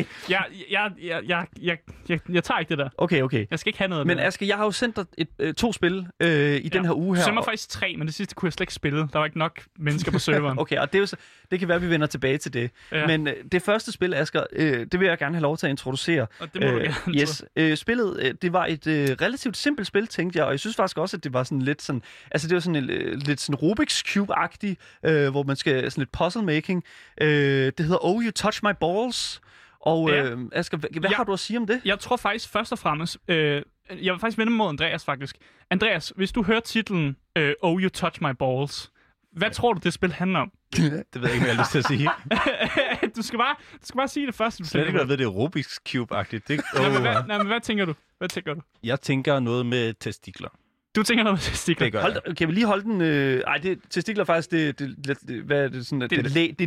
Jeg tager ikke det der. Okay. Jeg skal ikke have noget af Men det. Asger, jeg har jo sendt dig 2 spil i den her uge her. Så var faktisk 3, men det sidste kunne jeg slet ikke spille. Der var ikke nok mennesker på serveren. Okay, og det kan være, at vi vender tilbage til det. Ja. Men det første spil, Asger, det vil jeg gerne have lov til at introducere. Og det må du gerne. Yes. Spillet, det var et relativt simpelt spil, tænkte jeg, og jeg synes faktisk også, at det var sådan lidt sådan, altså det var sådan lidt sådan Rubik's Cube-agtigt, hvor man skal sådan lidt puzzle-making. Det hedder Oh You Touch My Balls. Og Asger, hvad har du at sige om det? Jeg tror faktisk først og fremmest, jeg vil faktisk vende mod Andreas faktisk. Andreas, hvis du hører titlen Oh You Touch My Balls, hvad tror du, det spil handler om? Det ved jeg ikke, hvad jeg har lyst til at sige. du skal bare sige det først. Slet ikke, hvad ved det er Rubik's Cube-agtigt. Men hvad tænker du? Jeg tænker noget med testikler. Du tænker noget med testikler? Det gør jeg. Kan vi lige holde den... testikler faktisk, hvad er det sådan... Det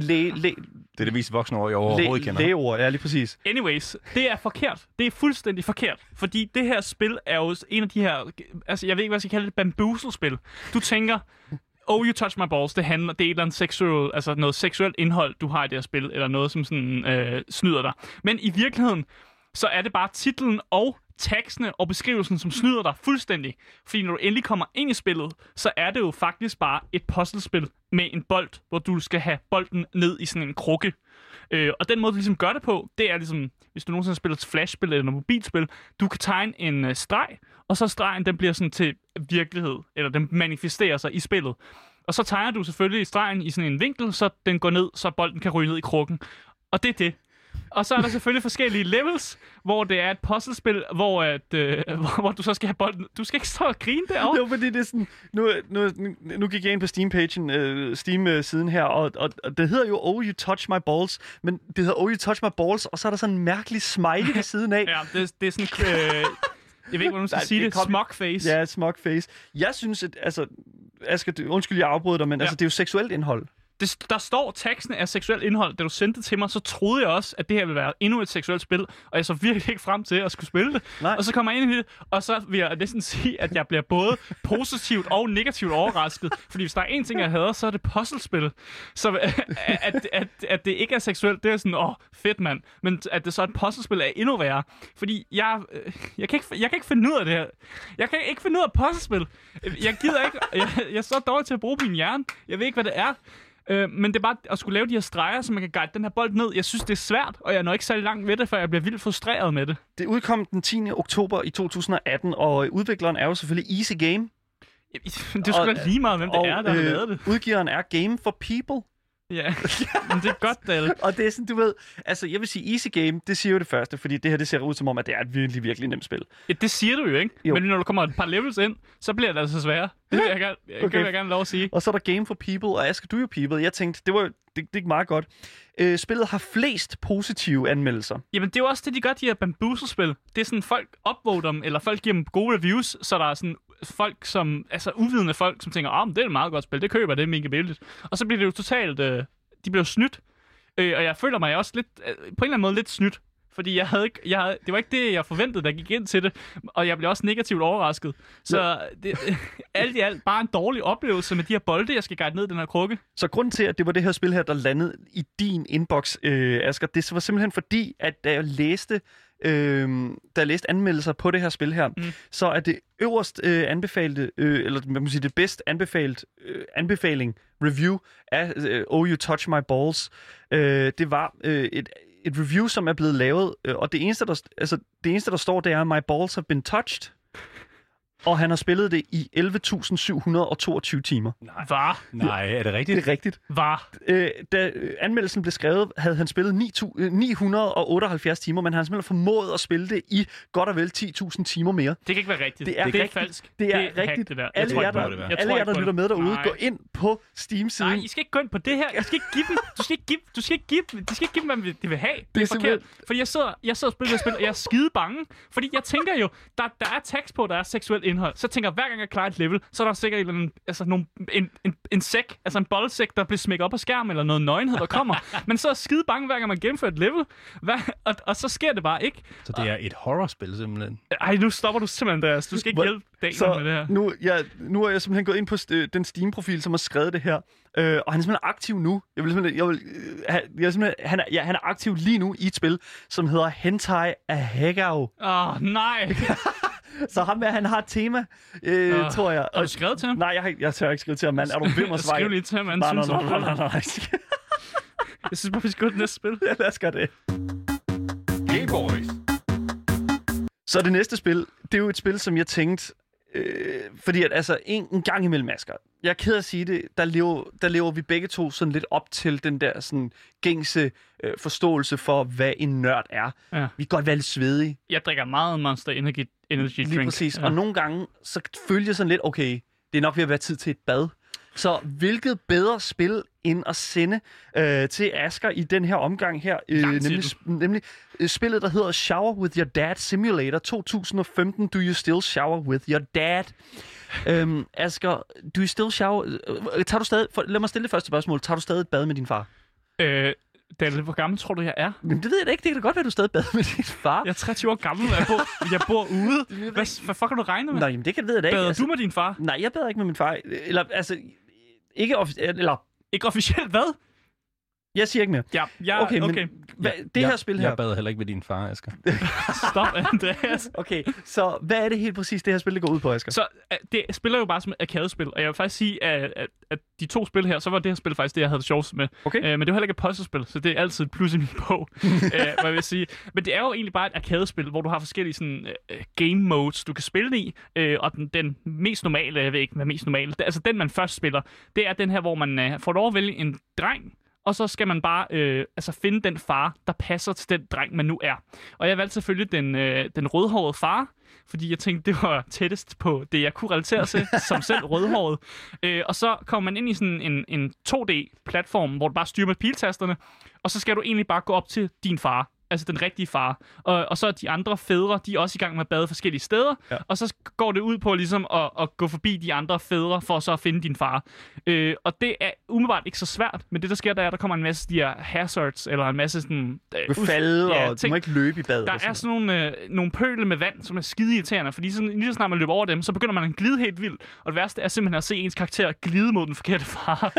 er det mest voksne ord, jeg overhovedet kender. Lægeord, ja, lige præcis. Anyways, det er forkert. Det er fuldstændig forkert. Fordi det her spil er jo en af de her... Altså, jeg ved ikke, hvad jeg skal kalde det. Bamboozle-spil. Du tænker... Oh, You Touch My Balls, det er et eller andet noget seksuelt indhold, du har i det her spil, eller noget, som sådan snyder dig. Men i virkeligheden, så er det bare titlen og tekstene og beskrivelsen, som snyder dig fuldstændig. Fordi når du endelig kommer ind i spillet, så er det jo faktisk bare et puzzlespil med en bold, hvor du skal have bolden ned i sådan en krukke. Og den måde, du ligesom gør det på, det er ligesom, hvis du nogensinde spiller et flashspil eller et mobilspil, du kan tegne en streg, og så stregen, den bliver sådan til virkelighed, eller den manifesterer sig i spillet. Og så tegner du selvfølgelig stregen i sådan en vinkel, så den går ned, så bolden kan ryge ned i krukken. Og det er det. Og så er der selvfølgelig forskellige levels, hvor det er et puzzlespil, hvor du så skal have bolden. Du skal ikke stå og grine derovre. Jo, fordi det er sådan... Nu gik jeg ind på Steam-pagen, Steam-siden her, og det hedder jo Oh You Touch My Balls, men det hedder Oh You Touch My Balls, og så er der sådan en mærkelig smiley ved siden af. Ja, det er sådan... jeg ved ikke, hvordan man skal sige det. Smugface. Ja, smugface. Jeg synes, at... Altså, Asger, undskyld, jeg afbryder dig, men altså, det er jo seksuelt indhold. Der står teksten af seksuelt indhold. Da du sendte det til mig, så troede jeg også, at det her ville være endnu et seksuelt spil, og jeg så virkelig ikke frem til at skulle spille det. Nej. Og så kommer jeg ind i det, og så vil jeg næsten sige, at jeg bliver både positivt og negativt overrasket. Fordi hvis der er en ting, jeg hader, så er det puzzlespil. Så at det ikke er seksuelt, det er sådan, fedt mand. Men at det så er et puzzlespil er endnu værre. Fordi jeg kan ikke finde ud af det her. Jeg kan ikke finde ud af puzzlespil. Jeg gider ikke. Jeg er så dårlig til at bruge min hjerne. Jeg ved ikke, hvad det er. Men det er bare at skulle lave de her streger, så man kan guide den her bold ned. Jeg synes, det er svært, og jeg når ikke særlig langt ved det, for jeg bliver vildt frustreret med det. Det udkom den 10. oktober i 2018, og udvikleren er jo selvfølgelig Easy Game. Det er sgu da lige meget, hvem det er, der har lavet det. Udgiveren er Game for People. Ja, men det er godt, Dalle. Og det er sådan, du ved... Altså, jeg vil sige, Easy Game, det siger jo det første, fordi det her, det ser ud som om, at det er et virkelig, virkelig nemt spil. Ja, det siger du jo, ikke? Jo. Men når du kommer et par levels ind, så bliver det altså sværere. Det vil jeg gerne lov at sige. Og så er der Game for People, og Asger, du er jo People. Jeg tænkte, det gik meget godt. Spillet har flest positive anmeldelser. Jamen, det er jo også det, de gør, de her bamboozle-spil. Det er sådan, folk upvoter dem, eller folk giver dem gode reviews, så der er sådan folk, som... Altså, uvidende folk, som tænker, det er et meget godt spil, det køber, det er mega billigt. Og så bliver det jo totalt... de bliver snydt. Og jeg føler mig også lidt... på en eller anden måde lidt snydt. Fordi det var ikke det, jeg forventede, der gik ind til det. Og jeg blev også negativt overrasket. Så alt i alt bare en dårlig oplevelse med de her bolde, jeg skal guide ned i den her krukke. Så grunden til, at det var det her spil her, der landede i din inbox, Asger, det var simpelthen fordi, at da jeg læste anmeldelser på det her spil her, så er det øverst anbefalte, eller man må sige det bedst anbefaling review af Oh You Touch My Balls. Det var et review, som er blevet lavet, og det eneste, der står, det er, My balls have been touched. Og han har spillet det i 11.722 timer. Nej, er det rigtigt? Det er rigtigt. Da anmeldelsen blev skrevet, havde han spillet 978 timer, men han har simpelthen formået at spille det i godt og vel 10.000 timer mere. Det kan ikke være rigtigt. Det er falsk. Det er rigtigt. Det alle jer, der lytter med derude, gå ind på Steam-siden. Nej, I skal ikke gå ind på det her. Du skal ikke give dem, hvad de vil have. Det er forkert. Fordi jeg sidder og spiller, og jeg er skide bange. Fordi jeg tænker jo, der er tekst på, der er seksuelt indhold. Så tænker jeg, hver gang jeg klarer et level, så er der sikkert en sæk, altså en boldsæk, der bliver smækket op på skærmen, eller noget nøgenhed, der kommer. Men så er skide bange, hver gang man gennemfører et level. Og så sker det bare ikke. Så det er et horrorspil, simpelthen? Ej, nu stopper du simpelthen, Andreas. Du skal ikke hjælpe Daniel med det her. Nu er jeg simpelthen gået ind på den Steam-profil, som har skrevet det her. Og han er simpelthen aktiv nu. Han er aktiv lige nu i et spil, som hedder Hentai Ahegao. Nej. Så ham med, han har et tema, tror jeg. Har du skrevet til ham? Nej, jeg tør ikke skrive til ham, mand. Er du ved mig svej? Skriv lige til ham, man. Nej. Jeg synes bare, vi skal gå til næste spil. Ja, lad os gøre det. Hey boys. Så det næste spil, det er jo et spil, som jeg tænkte, fordi at altså en gang imellem, Asger, jeg er ked af at sige det, der lever vi begge to sådan lidt op til den der sådan gængse forståelse for, hvad en nørd er. Ja. Vi kan godt være lidt svedige. Jeg drikker meget Monster Energy Drink. Lige præcis, ja. Og nogle gange, så følger jeg sådan lidt, okay, det er nok ved at være tid til et bad. Så hvilket bedre spil end at sende til Asger i den her omgang her, nemlig spillet, der hedder Shower with Your Dad Simulator 2015. Do you still shower with your dad? Asger, do you still shower? Lad mig stille det første spørgsmål. Tager du stadig et bad med din far? Daniel, hvor gammel tror du, jeg er? Jamen, det ved jeg da ikke. Det kan da godt være, du stadig bad med din far. Jeg er 23 år gammel, og jeg bor ude. Hvad fuck kan du regne med? Nej, jamen, det ved jeg da ikke. Bader du med din far? Nej, jeg bader ikke med min far. Eller, altså, ikke officielt hvad? Jeg siger ikke mere. Ja, okay. Men det her spil her... Jeg bader heller ikke med din far, Asger. Stop, Andreas. Okay, så hvad er det helt præcis, det her spil, det går ud på, Asger? Så det spiller jo bare som et arcade-spil, og jeg vil faktisk sige, at de to spil her, så var det her spil faktisk det, jeg havde det sjovest med. Okay. Men det var heller ikke et puzzle-spil, så det er altid et plus i min bog, hvad jeg vil sige. Men det er jo egentlig bare et arcade-spil, hvor du har forskellige sådan, game modes, du kan spille i, og den mest normale, jeg ved ikke, hvad mest normale, altså den, man først spiller, det er den her, hvor man får lov at vælge en dreng, og så skal man bare finde den far, der passer til den dreng, man nu er. Og jeg valgte selvfølgelig den rødhårede far, fordi jeg tænkte, det var tættest på det, jeg kunne relatere til, som selv rødhåret. Og så kommer man ind i sådan en 2D-platform, hvor du bare styrer med piltasterne, og så skal du egentlig bare gå op til din far. Altså den rigtige far. Og så er de andre fædre, de er også i gang med at bade forskellige steder. Ja. Og så går det ud på ligesom at gå forbi de andre fædre, for så at finde din far. Og det er umiddelbart ikke så svært. Men det, der sker, der kommer en masse de her hazards, eller en masse sådan... falde, og du må ikke løbe i badet. Der er sådan nogle pøle med vand, som er skide irriterende. Fordi sådan, lige så snart man løber over dem, så begynder man at glide helt vildt. Og det værste er simpelthen at se ens karakter glide mod den forkerte far.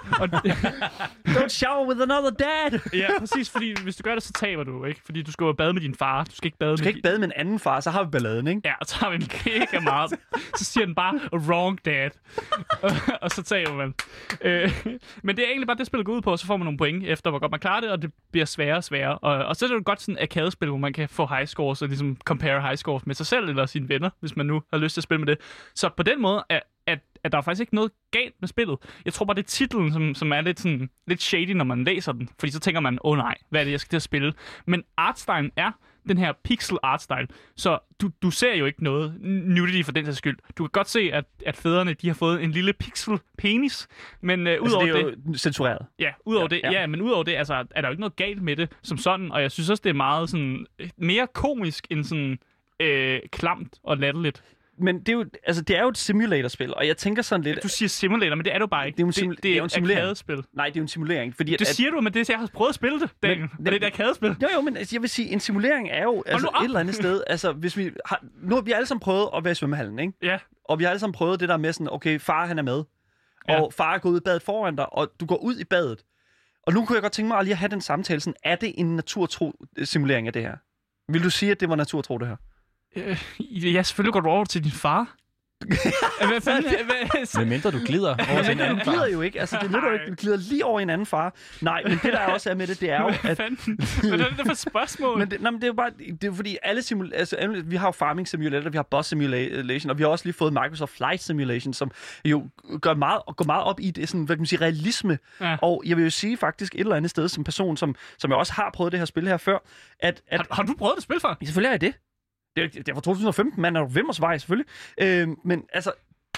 Don't shower with another dad! Ja, præcis. Fordi hvis du gør det, så taber du. Ikke? Fordi du skal jo bade med din far. Du skal ikke bade med en anden far, så har vi balladen, ikke? Ja, og så har vi en kække meget. Så siger den bare, wrong dad. Og så tager man. Men det er egentlig bare det, spillet går ud på, og så får man nogle point efter, hvor godt man klarer det, og det bliver sværere og sværere. Og så er det jo godt sådan et arcade-spil, hvor man kan få high scores og ligesom compare high scores med sig selv eller sine venner, hvis man nu har lyst til at spille med det. Så på den måde at der er faktisk ikke noget galt med spillet. Jeg tror bare, det er titlen, som er lidt shady, når man læser den. Fordi så tænker man, nej, hvad er det, jeg skal til at spille? Men artstylen er den her pixel artstyle. Så du ser jo ikke noget nudity for den sags skyld. Du kan godt se, at fædrene de har fået en lille pixel penis. Men udover det er jo censureret. Ja, udover det, men udover det, altså, er der jo ikke noget galt med det som sådan. Og jeg synes også, det er meget sådan mere komisk end sådan klamt og latterligt. Men det er jo et simulatorspil, og jeg tænker sådan lidt... Du siger simulator, men det er du bare ikke. Det er jo en arcade-spil. Nej, det er jo en simulering. Fordi det siger du, men det jeg har prøvet at spille det, Daniel. Og det er et arcade-spil. Jo, men altså, jeg vil sige, en simulering er jo et eller andet sted. Altså, hvis vi har... Nu har vi alle sammen prøvet at være i svømmehallen, ikke? Ja. Og vi har alle sammen prøvet det der med sådan, okay, far han er med. Og far er gået ud i badet foran dig, og du går ud i badet. Og nu kunne jeg godt tænke mig at lige at have den samtale sådan, er det en naturtro simulering af det her? Vil du sige, at det var naturtro, det her? Ja, selvfølgelig går du over til din far. Hvad fanden? Hvad mindre du glider over til en anden far? Du glider jo ikke. Altså, det lyder jo ikke. Du glider lige over en anden far. Nej, men det der også er med det, det er jo, at... Hvad er det for spørgsmål? Men det er jo bare... Det er jo fordi, vi har jo Farming Simulator, vi har Bus Simulation, og vi har også lige fået Microsoft Flight Simulation, som jo går meget op i det, sådan, hvad kan man sige, realisme. Ja. Og jeg vil jo sige faktisk et eller andet sted, som person, som jeg også har prøvet det her spil her før, at har du prøvet det spil før? Selvfølgelig er det. Det er fra 2015, mand, er du Vimmersvej, selvfølgelig. Men altså...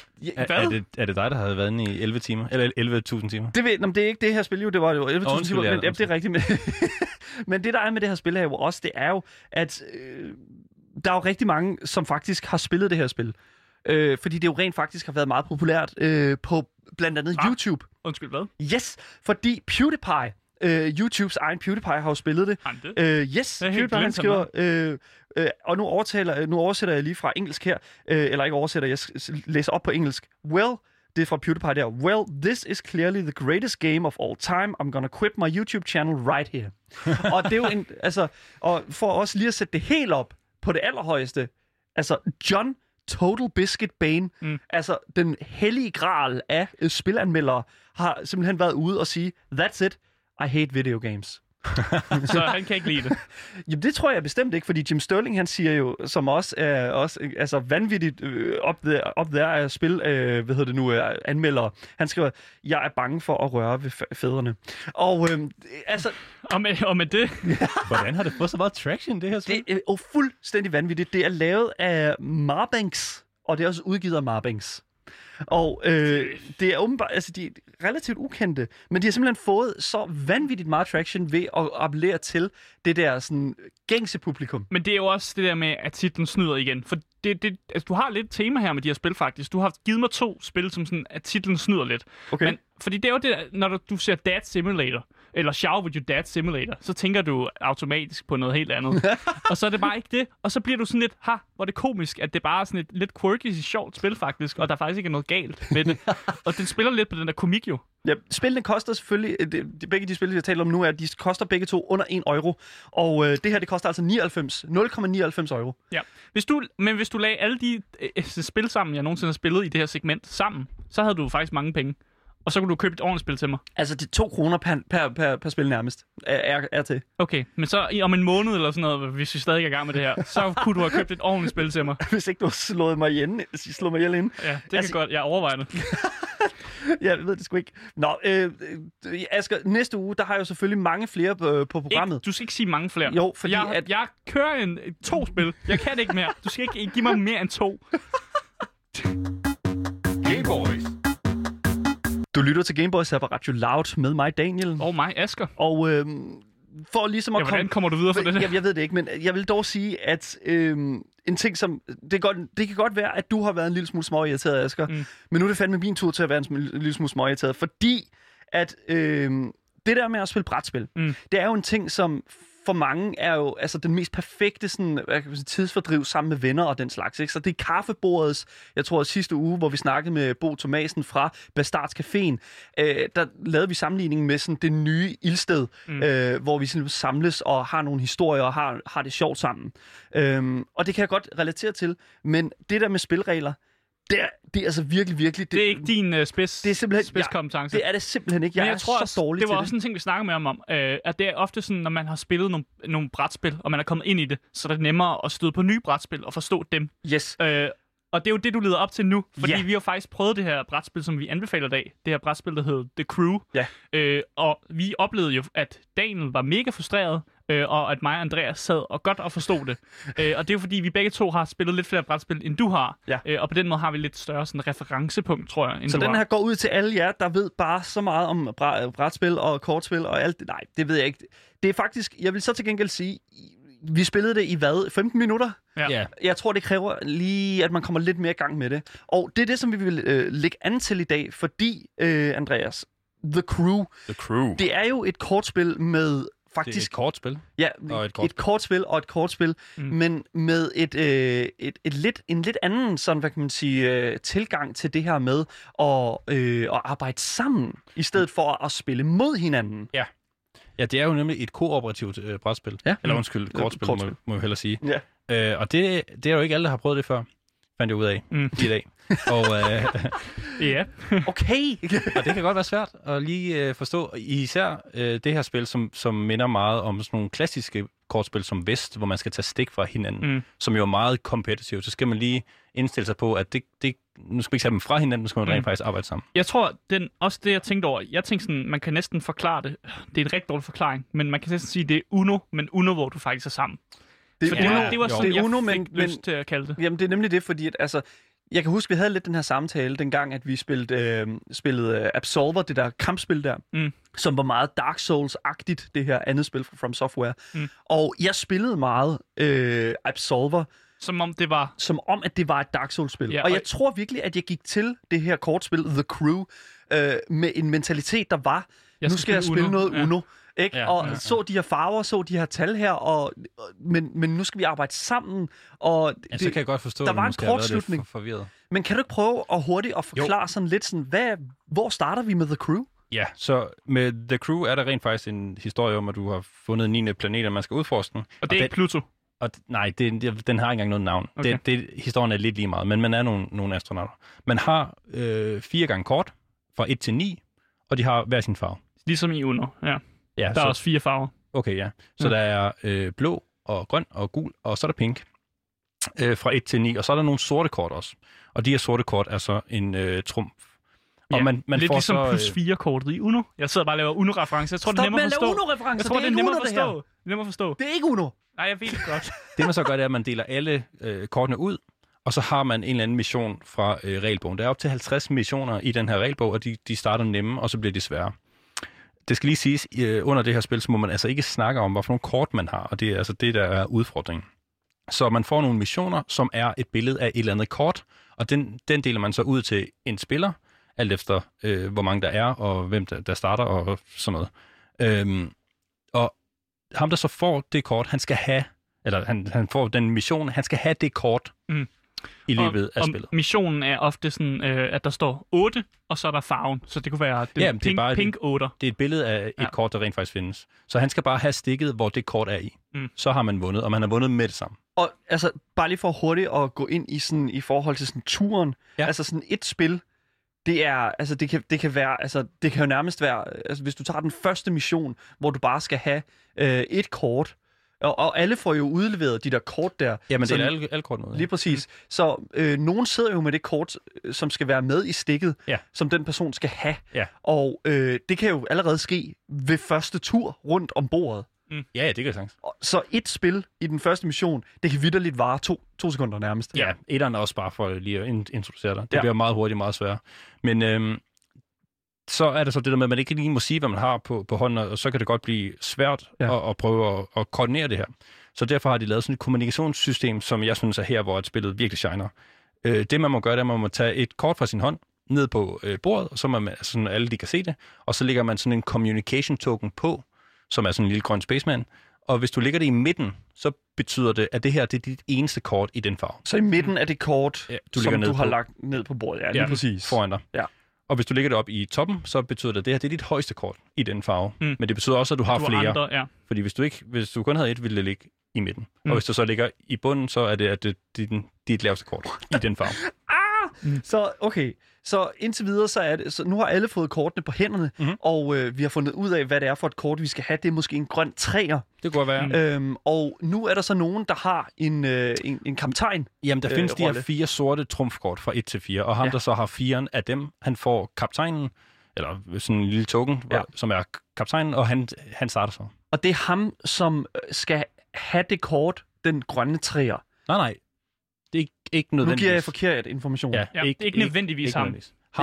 Er det dig, der havde været inde i 11 timer? Eller 11.000 timer? Det er ikke det her spil, jo. Det var jo 11.000 timer, men det er rigtigt. Men det, der er med det her spil her jo også, det er jo, at der er jo rigtig mange, som faktisk har spillet det her spil. fordi det jo rent faktisk har været meget populært på blandt andet YouTube. Undskyld, hvad? Yes, fordi PewDiePie, YouTubes egen PewDiePie har jo spillet det. Yes, PewDiePie han skriver, og nu oversætter jeg lige fra engelsk her, eller ikke oversætter, jeg læser op på engelsk. Well, det er fra PewDiePie der. Well, this is clearly the greatest game of all time. I'm gonna quit my YouTube channel right here. Og det er jo og for også lige at sætte det helt op på det allerhøjeste, altså John Total Biscuit Bane, altså den hellige gral af spilanmeldere, har simpelthen været ude og sige, that's it, I hate video games. Så han kan ikke lide det. Jamen det tror jeg bestemt ikke, fordi Jim Sterling, han siger jo, som også er vanvittigt op der af spil, anmeldere. Han skriver, jeg er bange for at røre ved fædrene. Og Og med det... Hvordan har det fået så meget traction, det her spil? Det er fuldstændig vanvittigt. Det er lavet af Marbanks, og det er også udgivet af Marbanks. Og det er åbenbart, altså de er relativt ukendte, men de har simpelthen fået så vanvittigt meget traction ved at appellere til det der sådan gængse publikum. Men det er jo også det der med, at titlen snyder igen. For altså, du har lidt tema her med de her spil faktisk. Du har givet mig 2 spil, som sådan, at titlen snyder lidt. Okay. Men, fordi det er jo det, når du ser Dad Simulator, eller Shower with your Dad Simulator, så tænker du automatisk på noget helt andet. Og så er det bare ikke det. Og så bliver du sådan lidt, hvor det er komisk, at det bare er sådan et lidt quirky, sjovt spil faktisk, og der faktisk ikke er noget galt med det. Og det spiller lidt på den der komik jo. Ja, spillene koster selvfølgelig, begge de spil, vi har talt om nu, de koster begge to under 1 euro. Og det her, det koster altså 0,99 euro. Ja. Hvis du lagde alle de spil sammen, jeg nogensinde har spillet i det her segment sammen, så havde du faktisk mange penge. Og så kunne du købe et ordentligt spil til mig. Altså, det er 2 kroner per spil nærmest, er til. Okay, men så om en måned eller sådan noget, hvis vi stadig er i gang med det her, så kunne du have købt et ordentligt spil til mig. Hvis ikke du har slået mig ihjel inden. Ja, det kan godt. Jeg overvejer det. Jeg ved det sgu ikke. Nå, Asger, næste uge, der har jeg jo selvfølgelig mange flere på programmet. Du skal ikke sige mange flere. Jo, fordi jeg kører 2 spil. Jeg kan det ikke mere. Du skal ikke give mig mere end 2. Gameboys. Du lytter til Gameboys her på Radio Loud med mig, Daniel. Og mig, Asger. Og for ligesom at hvordan kommer du videre fra det der? Jeg ved det ikke, men jeg vil dog sige, at en ting som... Det kan godt være, at du har været en lille smule småirriteret, Asger. Men nu er det fandme min tur til at være en lille smule småirriteret, fordi at det der med at spille brætspil, det er jo en ting, som for mange er jo altså den mest perfekte sådan, tidsfordriv sammen med venner og den slags. Ikke? Så det er kaffebordets, jeg tror sidste uge, hvor vi snakkede med Bo Thomasen fra Bastards Caféen, der lavede vi sammenligningen med sådan det nye ildsted, hvor vi sådan samles og har nogle historier og har det sjovt sammen. Og det kan jeg godt relatere til, men det der med spilregler, det er altså virkelig... Det er ikke din spidskompetence. Det er det simpelthen ikke. Jeg tror så dårlig til det. Det var også en ting, vi snakkede med om, at det er ofte sådan, når man har spillet nogle brætspil, og man er kommet ind i det, så er det nemmere at støde på nye brætspil og forstå dem. Yes. Og det er jo det, du leder op til nu, fordi vi har faktisk prøvet det her brætspil, som vi anbefaler i dag. Det her brætspil, der hedder The Crew. Ja. Og vi oplevede jo, at Daniel var mega frustreret, og at mig og Andreas sad og godt og forstod det. Og det er jo fordi, vi begge to har spillet lidt flere brætspil, end du har. Ja. Og på den måde har vi lidt større sådan, referencepunkt, tror jeg, end så du den her går ud til alle jer, der ved bare så meget om brætspil og kortspil og alt det. Nej, det ved jeg ikke. Det er faktisk, jeg vil så til gengæld sige, vi spillede det i 15 minutter? Ja. Jeg tror, det kræver lige, at man kommer lidt mere i gang med det. Og det er det, som vi vil lægge an til i dag, fordi, Andreas, The Crew, det er jo et kortspil med faktisk... Det er et kortspil? Ja, og et kortspil, men med en lidt anden sådan, hvad kan man sige, tilgang til det her med at arbejde sammen, i stedet for at spille mod hinanden. Ja. Ja, det er jo nemlig et kooperativt brætspil. Ja. Eller undskyld, kortspil. Må jeg hellere sige. Ja. Og det er jo ikke alle, der har prøvet det før, fandt jeg ud af i dag. Og, ja. Okay. Og det kan godt være svært at lige forstå. Især det her spil, som minder meget om sådan nogle klassiske kortspil som Vest, hvor man skal tage stik fra hinanden, som jo er meget competitive. Så skal man lige indstille sig på, at nu skal vi ikke tage dem fra hinanden, nu skal man rent faktisk arbejde sammen. Jeg tror, også det, jeg tænkte over, sådan, man kan næsten forklare det. Det er en rigtig dårlig forklaring, men man kan næsten sige, det er Uno, men Uno, hvor du faktisk er sammen. Det var sådan, jeg fik lyst til at kalde det. Jamen, det er nemlig det, fordi at, altså, jeg kan huske, vi havde lidt den her samtale, dengang, at vi spillede Absolver, det der kampspil der, som var meget Dark Souls-agtigt, det her andet spil fra From Software. Og jeg spillede meget Absolver Som om det var... at det var et Dark Souls-spil. Ja, og jeg tror virkelig, at jeg gik til det her kortspil, The Crew, med en mentalitet, der var, nu skal jeg spille noget Uno. Ikke? Ja, og så de her farver, så de her tal her, men nu skal vi arbejde sammen. Og så kan jeg godt forstå, der at var man en måske har været kortslutning. lidt forvirret. Men kan du ikke prøve at hurtigt at forklare sådan lidt, sådan, hvor starter vi med The Crew? Ja, så med The Crew er der rent faktisk en historie om, at du har fundet 9. planet, og man skal udforske den. Og det er ikke Pluto? Nej, den har ikke engang noget navn. Okay. Historien er lidt lige meget, men man er nogle astronauter. Man har 4 gange kort, fra 1 til 9, og de har hver sin farve. Ligesom i Uno, ja. Ja, Der er også 4 farver. Okay, ja. Så der er blå og grøn og gul, og så er der pink. Fra 1 til 9, og så er der nogle sorte kort også. Og de her sorte kort er så en trumf. Ja, og man lidt får ligesom så, plus 4-kortet i Uno. Jeg sidder bare og laver Uno-referencer. Jeg tror, det er nemmere at forstå. Uno-referencer. Jeg tror, det er nemmere at forstå. Det Det er nemmere at forstå. er ikke Uno. Nej, jeg ved det godt. Det man så gør, det er, at man deler alle kortene ud, og så har man en eller anden mission fra regelbogen. Der er op til 50 missioner i den her regelbog, og de starter nemme, og så bliver de svære. Det skal lige siges, under det her spil, så må man altså ikke snakke om, hvorfor nogle kort man har, og det er altså det, der er udfordringen. Så man får nogle missioner, som er et billede af et eller andet kort, og den deler man så ud til en spiller, alt efter hvor mange der er, og hvem der starter, og sådan noget. Og ham, der så får det kort, han skal have, eller han får den mission, han skal have det kort i løbet af spillet. Og missionen er ofte sådan, at der står 8, og så er der farven. Så det kunne være pink 8. Det er et billede af et kort, der rent faktisk findes. Så han skal bare have stikket, hvor det kort er i. Så har man vundet, og man har vundet med det samme. Og altså, bare lige for hurtigt at gå ind i forhold til sådan turen. Ja. Altså sådan et spil, det er, altså det kan være, altså det kan jo nærmest være, altså hvis du tager den første mission, hvor du bare skal have et kort, og alle får jo udleveret de der kort der. Jamen det er alle kort noget. Lige præcis. Så nogen sidder jo med det kort, som skal være med i stikket, som den person skal have. Ja. Og det kan jo allerede ske ved første tur rundt om bordet. Ja, det kan sagtens. Så et spil i den første mission, det kan vitterligt vare 2 sekunder nærmest. Ja, etteren er også bare for lige at introducere dig. Det bliver meget hurtigt, meget sværere. Men så er det så det der med, at man ikke lige må sige, hvad man har på hånden, og så kan det godt blive svært at prøve at koordinere det her. Så derfor har de lavet sådan et kommunikationssystem, som jeg synes er her, hvor et spillet virkelig shiner. Det man må gøre, det er, at man må tage et kort fra sin hånd, ned på bordet, og så man, sådan alle de kan se det, og så lægger man sådan en communication token på, som er sådan en lille grøn spaceman. Og hvis du lægger det i midten, så betyder det, at det her det er dit eneste kort i den farve. Så i midten af det kort, som du har lagt ned på bordet. Ja, lige præcis. Foran dig. Ja. Og hvis du lægger det op i toppen, så betyder det, at det her det er dit højeste kort i den farve. Men det betyder også, at du har flere. Andre, Fordi hvis du kun havde et, ville det ligge i midten. Og hvis du så ligger i bunden, så er det, at det er dit laveste kort i den farve. Så okay. Så indtil videre, så er det, så nu har alle fået kortene på hænderne, og vi har fundet ud af, hvad det er for et kort, vi skal have. Det er måske en grøn træer. Det kunne være. Og nu er der så nogen, der har en kaptajn. Jamen, der findes de her 4 sorte trumfkort fra 1 til 4, og ham, der så har 4'eren af dem, han får kaptajnen, eller sådan en lille token, som er kaptajnen, og han starter så. Og det er ham, som skal have det kort, den grønne træer. Nej. Det er ikke nødvendigvis. Nu giver jeg forkert information. Ja, ikke nødvendigvis ham.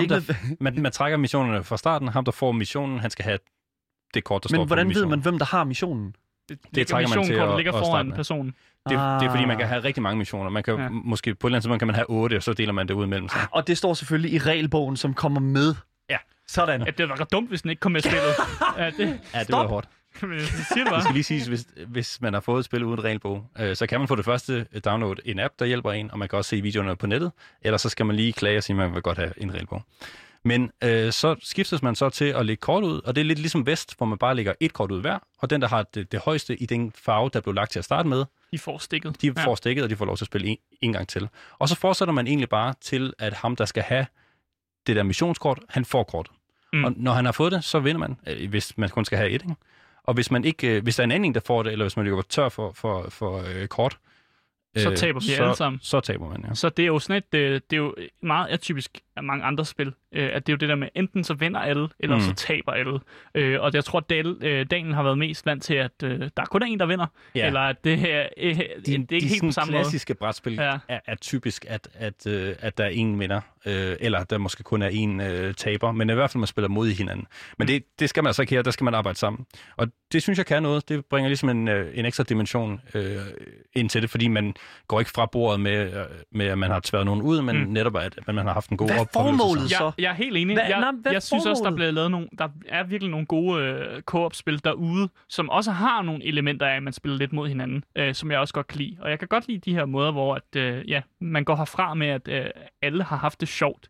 Man trækker missionerne fra starten. Ham, der får missionen, han skal have det kort, der står på missionen. Men hvordan ved man, hvem der har missionen? Det trækker man til at ligger foran personen. Det er fordi, man kan have rigtig mange missioner. Man kan måske på et eller andet tidspunkt kan man have 8, og så deler man det ud mellem sig. Og det står selvfølgelig i regelbogen, som kommer med. Ja. Sådan. Ja, det var dumt, hvis den ikke kom med spillet. Det var hårdt. Det skal lige siges, hvis man har fået et spil uden regelbog, så kan man for det første downloade en app, der hjælper en, og man kan også se videoerne på nettet, eller så skal man lige klage og sige, at man vil godt have en regelbog. Men så skiftes man så til at lægge kort ud, og det er lidt ligesom Vest, hvor man bare lægger et kort ud hver, og den, der har det højeste i den farve, der blev lagt til at starte med, de får stikket. De får stikket, og de får lov til at spille en gang til. Og så fortsætter man egentlig bare til, at ham, der skal have det der missionskort, han får kortet. Og når han har fået det, så vinder man, hvis man kun skal have et, ikke? Og hvis man ikke, hvis der er en anden, der får det, eller hvis man løber tør for kort, så taber vi alle sammen. Så taber man, ja. Så det er jo sådan det er jo meget atypisk af mange andre spil. at det er jo det der med, enten så vinder alle, eller så taber alle. Og jeg tror, at Daniel har været mest vant til, at der kun er en, der vinder, eller at det er ikke helt på samme måde. De klassiske brætspil er typisk, at der er en vinder, eller der måske kun er en taber, men i hvert fald man spiller mod hinanden. Men det skal man altså ikke her, der skal man arbejde sammen. Og det synes jeg kan noget. Det bringer ligesom en ekstra dimension ind til det, fordi man går ikke fra bordet med at man har tværet nogen ud, men netop at man har haft en god oplevelse. Hvad er formålet så? Jeg er helt enig. Jeg synes også, der er virkelig nogle gode co-op-spil derude, som også har nogle elementer af, at man spiller lidt mod hinanden, som jeg også godt kan lide. Og jeg kan godt lide de her måder, hvor at, man går herfra med, at alle har haft det sjovt.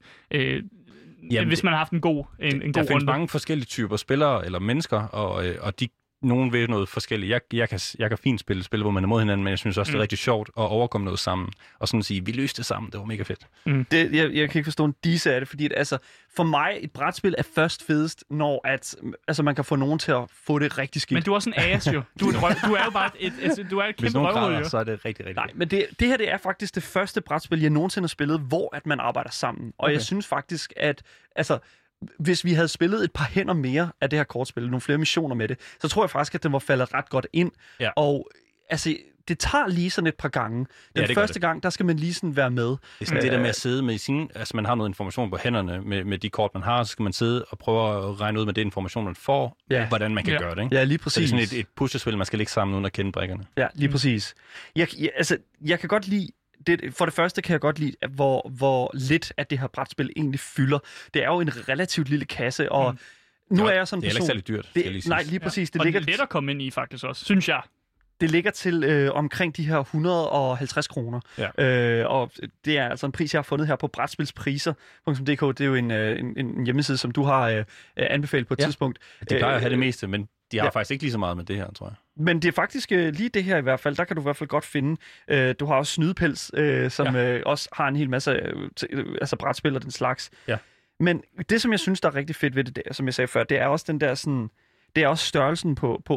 Hvis man har haft en god runde. Der findes mange forskellige typer spillere eller mennesker, og nogen vil noget forskelligt. Jeg kan fint spille, hvor man er mod hinanden, men jeg synes også, det er rigtig sjovt at overkomme noget sammen. Og sådan at sige, vi løste det sammen, det var mega fedt. Jeg kan ikke forstå en disse af det, fordi for mig, et brætspil er først fedest, når man kan få nogen til at få det rigtig skidt. Men du er også en as jo. Du er jo bare et kæmpe Hvis nogen røvhul, græder, så er det rigtig, rigtig. Nej, men det her det er faktisk det første brætspil, jeg nogensinde har spillet, hvor at man arbejder sammen. Og jeg synes faktisk, at hvis vi havde spillet et par hænder mere af det her kortspil, nogle flere missioner med det, så tror jeg faktisk, at den var faldet ret godt ind. Ja. Og det tager lige sådan et par gange. Den første gang, der skal man lige sådan være med. Det er sådan det der med at sidde med sin... Altså, man har noget information på hænderne med de kort, man har, så skal man sidde og prøve at regne ud med det information, man får, hvordan man kan gøre det. Ikke? Ja, lige præcis. Så det er sådan et puslespil, man skal ligge sammen uden at kende brikkerne. Ja, lige præcis. Jeg kan godt lide... For det første kan jeg godt lide, hvor lidt af det her brætspil egentlig fylder. Det er jo en relativt lille kasse, og nu er jeg sådan en person... Det er ikke særlig dyrt. Nej, lige præcis. Og det er let at komme ind i faktisk også, synes jeg. Det ligger til omkring de her 150 kroner. Ja. Og det er altså en pris, jeg har fundet her på brætspilspriser.dk. Det er jo en hjemmeside, som du har anbefalet på et tidspunkt. Det plejer at have det meste, men de har faktisk ikke lige så meget med det her, tror jeg. Men det er faktisk lige det her i hvert fald. Der kan du i hvert fald godt finde. Du har også Snydepels, som også har en hel masse brætspil og den slags. Ja. Men det, som jeg synes, der er rigtig fedt ved det, som jeg sagde før, det er også den der sådan... Det er også størrelsen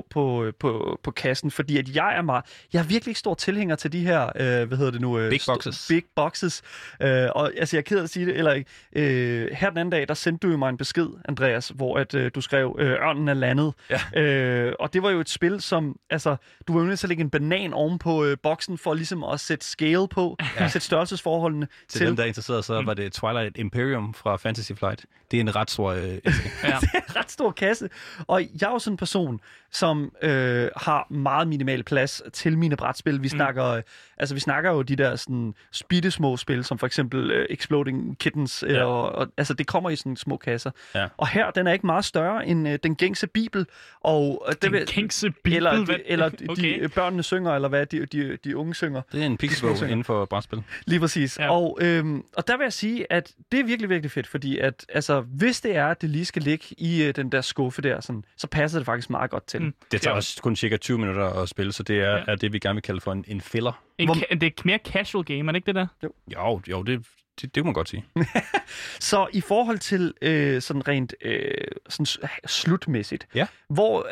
på kassen, fordi at jeg er virkelig ikke stor tilhænger til de her, Big boxes. Big boxes. Og altså, jeg er ked af at sige det, eller her den anden dag, der sendte du jo mig en besked, Andreas, hvor at du skrev, Ørnen er landet. Ja. Og det var jo et spil, som, altså, du var jo nødt til at lægge en banan oven på boksen, for ligesom at sætte scale på, sætte størrelsesforholdene til dem, der er interesseret, så var det Twilight Imperium fra Fantasy Flight. Det er en ret stor det er en ret stor kasse, og jeg er jo sådan en person, som har meget minimal plads til mine brætspil. Vi snakker jo de der sådan bittesmå spil, som for eksempel Exploding Kittens, og det kommer i sådan små kasser. Ja. Og her, den er ikke meget større end den gængse bibel. Og den gængse bibel? Eller de børnene synger, eller hvad de unge synger. Det er en pixelbog inden for brætspil. Lige præcis. Ja. Og der vil jeg sige, at det er virkelig, virkelig fedt, fordi at, hvis det er, at det lige skal ligge i den der skuffe der, sådan, så passer det faktisk meget godt til. Det tager også kun cirka 20 minutter at spille, så det er det, vi gerne vil kalde for en filler. Det er mere casual game, er det ikke det der? Jo, det kan man godt sige. Så i forhold til sådan rent sådan slutmæssigt, hvor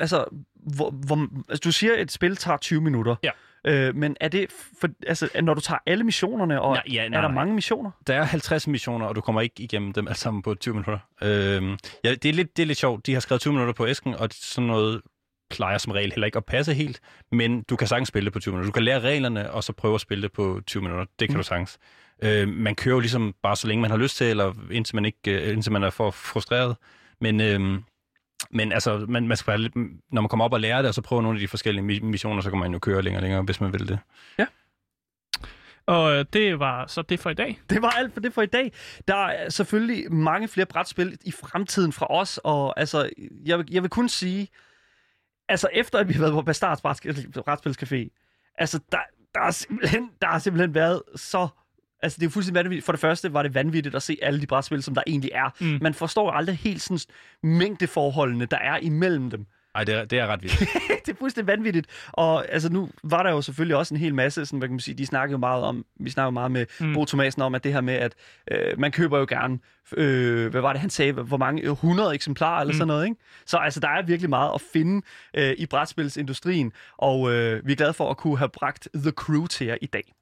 du siger, at et spil tager 20 minutter. Ja. Men er det når du tager alle missionerne, og er der mange missioner? Der er 50 missioner, og du kommer ikke igennem dem alle sammen på 20 minutter. Det er lidt sjovt. De har skrevet 20 minutter på æsken, og sådan noget plejer som regel heller ikke at passe helt, men du kan sagtens spille det på 20 minutter. Du kan lære reglerne, og så prøve at spille det på 20 minutter. Det kan du sagtens. Man kører jo ligesom bare så længe man har lyst til, eller indtil man er for frustreret. Men altså, man skal bare, når man kommer op og lærer det, og så prøver nogle af de forskellige missioner, så kan man jo køre længere, hvis man vil det. Ja. Og det var så det for i dag. Det var alt for det for i dag. Der er selvfølgelig mange flere brætspil i fremtiden fra os, og altså, jeg vil kun sige, altså efter at vi har været på Bastards Brætspilscafé, altså der har simpelthen været så... Altså, det er fuldstændig vanvittigt. For det første var det vanvittigt at se alle de brætspil, som der egentlig er. Man forstår aldrig helt sådan mængdeforholdene, der er imellem dem. Nej, det er ret vildt. Det er fuldstændig vanvittigt. Og altså, nu var der jo selvfølgelig også en hel masse, sådan, hvad kan man sige, vi snakkede jo meget med Bo Thomasen om, at det her med, at man køber jo gerne, hvad var det, han sagde, hvor mange, 100 eksemplarer eller sådan noget, ikke? Så altså, der er virkelig meget at finde i brætspilsindustrien, og vi er glade for at kunne have bragt The Crew til jer i dag.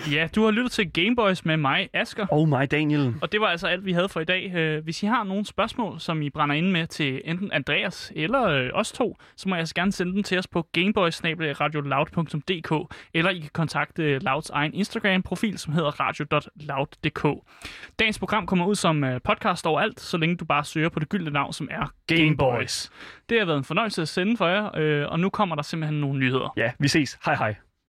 Ja, du har lyttet til Gameboys med mig, Asger. Og mig, Daniel. Og det var altså alt, vi havde for i dag. Hvis I har nogle spørgsmål, som I brænder ind med til enten Andreas eller os to, så må jeg altså gerne sende dem til os på gameboys@radioloud.dk, eller I kan kontakte Louds egen Instagram-profil, som hedder radio.loud.dk. Dagens program kommer ud som podcast overalt, så længe du bare søger på det gyldne navn, som er Gameboys. Det har været en fornøjelse at sende for jer, og nu kommer der simpelthen nogle nyheder. Ja, vi ses. Hej hej.